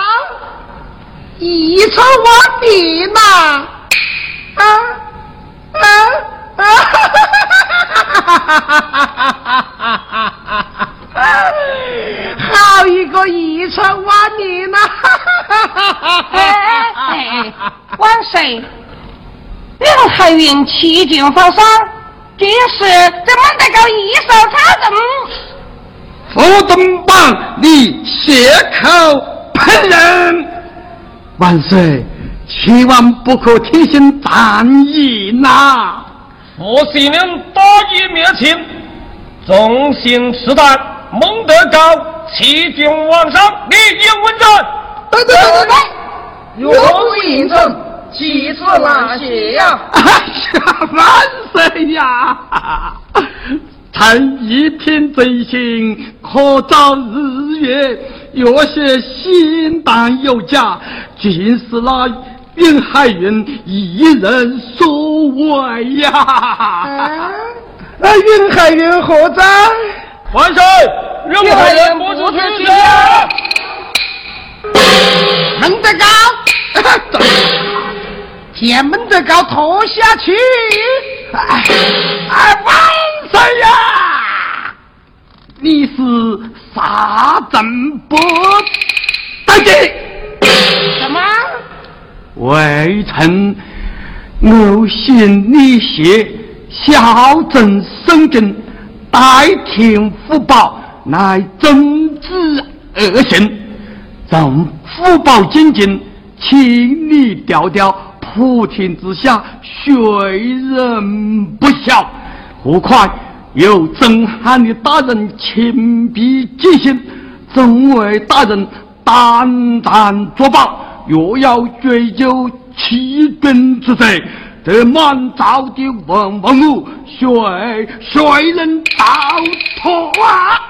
一臭万年呐！啊啊啊！哈哈哈哈哈哈！好一个一臭万年呐！ 哎哎，万岁！梁海云欺君犯上，这事怎么得搞一手查证？ 副东榜，你血口喷人！万岁，千万不可听信谗言呐！ 我心令大义灭亲，纵行此胆，蒙德高，欺君罔上，立应问斩。 对对对对对，若不应证，其次难写呀！ 哎呀，万岁呀！臣一品罪行，可遭日月。若是心胆有假，尽是那云海云一人所为呀！ 啊，那云海云何在？ 万岁！云海云不知去向。 孟德高，将孟德高拖下去！ 哎，哎，万岁呀！你是杀朕不得劲？ 什么？ 微臣偶信立邪，小朕生根，代天福报，乃真知恶行。朕福报精进，请你调调普天之下，谁人不晓？何况由震撼的大人亲笔记信，众位大人胆战作保，若要追究欺君之罪，这满朝的文文武，谁谁能到头啊？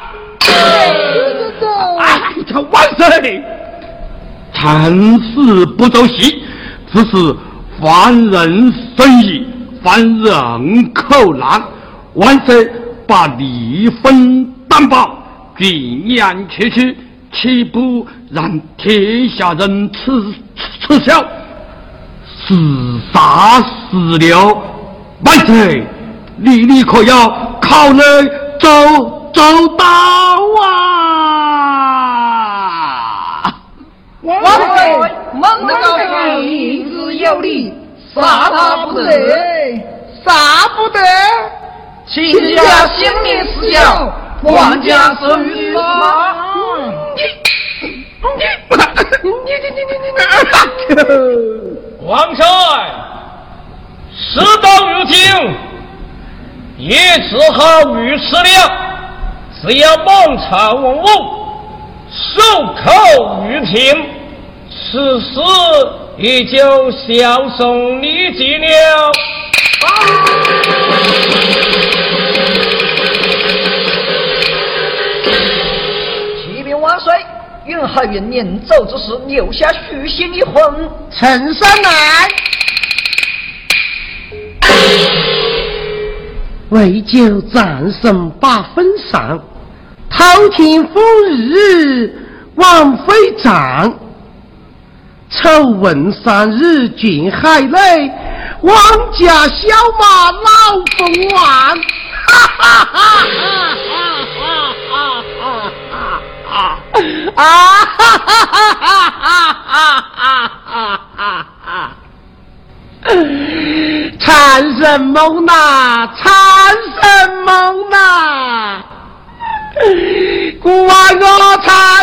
哎，这万岁！臣事不走戏，只是犯人生意，犯人口难。万岁把离婚担保，军言去去，岂不让天下人耻耻笑？是杀是留，万岁，你你可要考虑周周到啊！ 万岁，孟德高堂言之有理，杀他不得，杀不得。秦家性命事小，皇家生育吗？ 王帅，事到如今，也只好御史了。只要孟朝文武守口如瓶，此事也就孝顺理解了。 启禀万岁，允海云临走之时留下书信一封。 呈上来。为救战胜把分上，滔天风日枉费战。丑闻三日尽海内，王家小马老凤凰。哈哈哈哈哈哈哈哈啊哈哈哈哈哈哈哈哈！产生梦呐，产生梦呐，我我产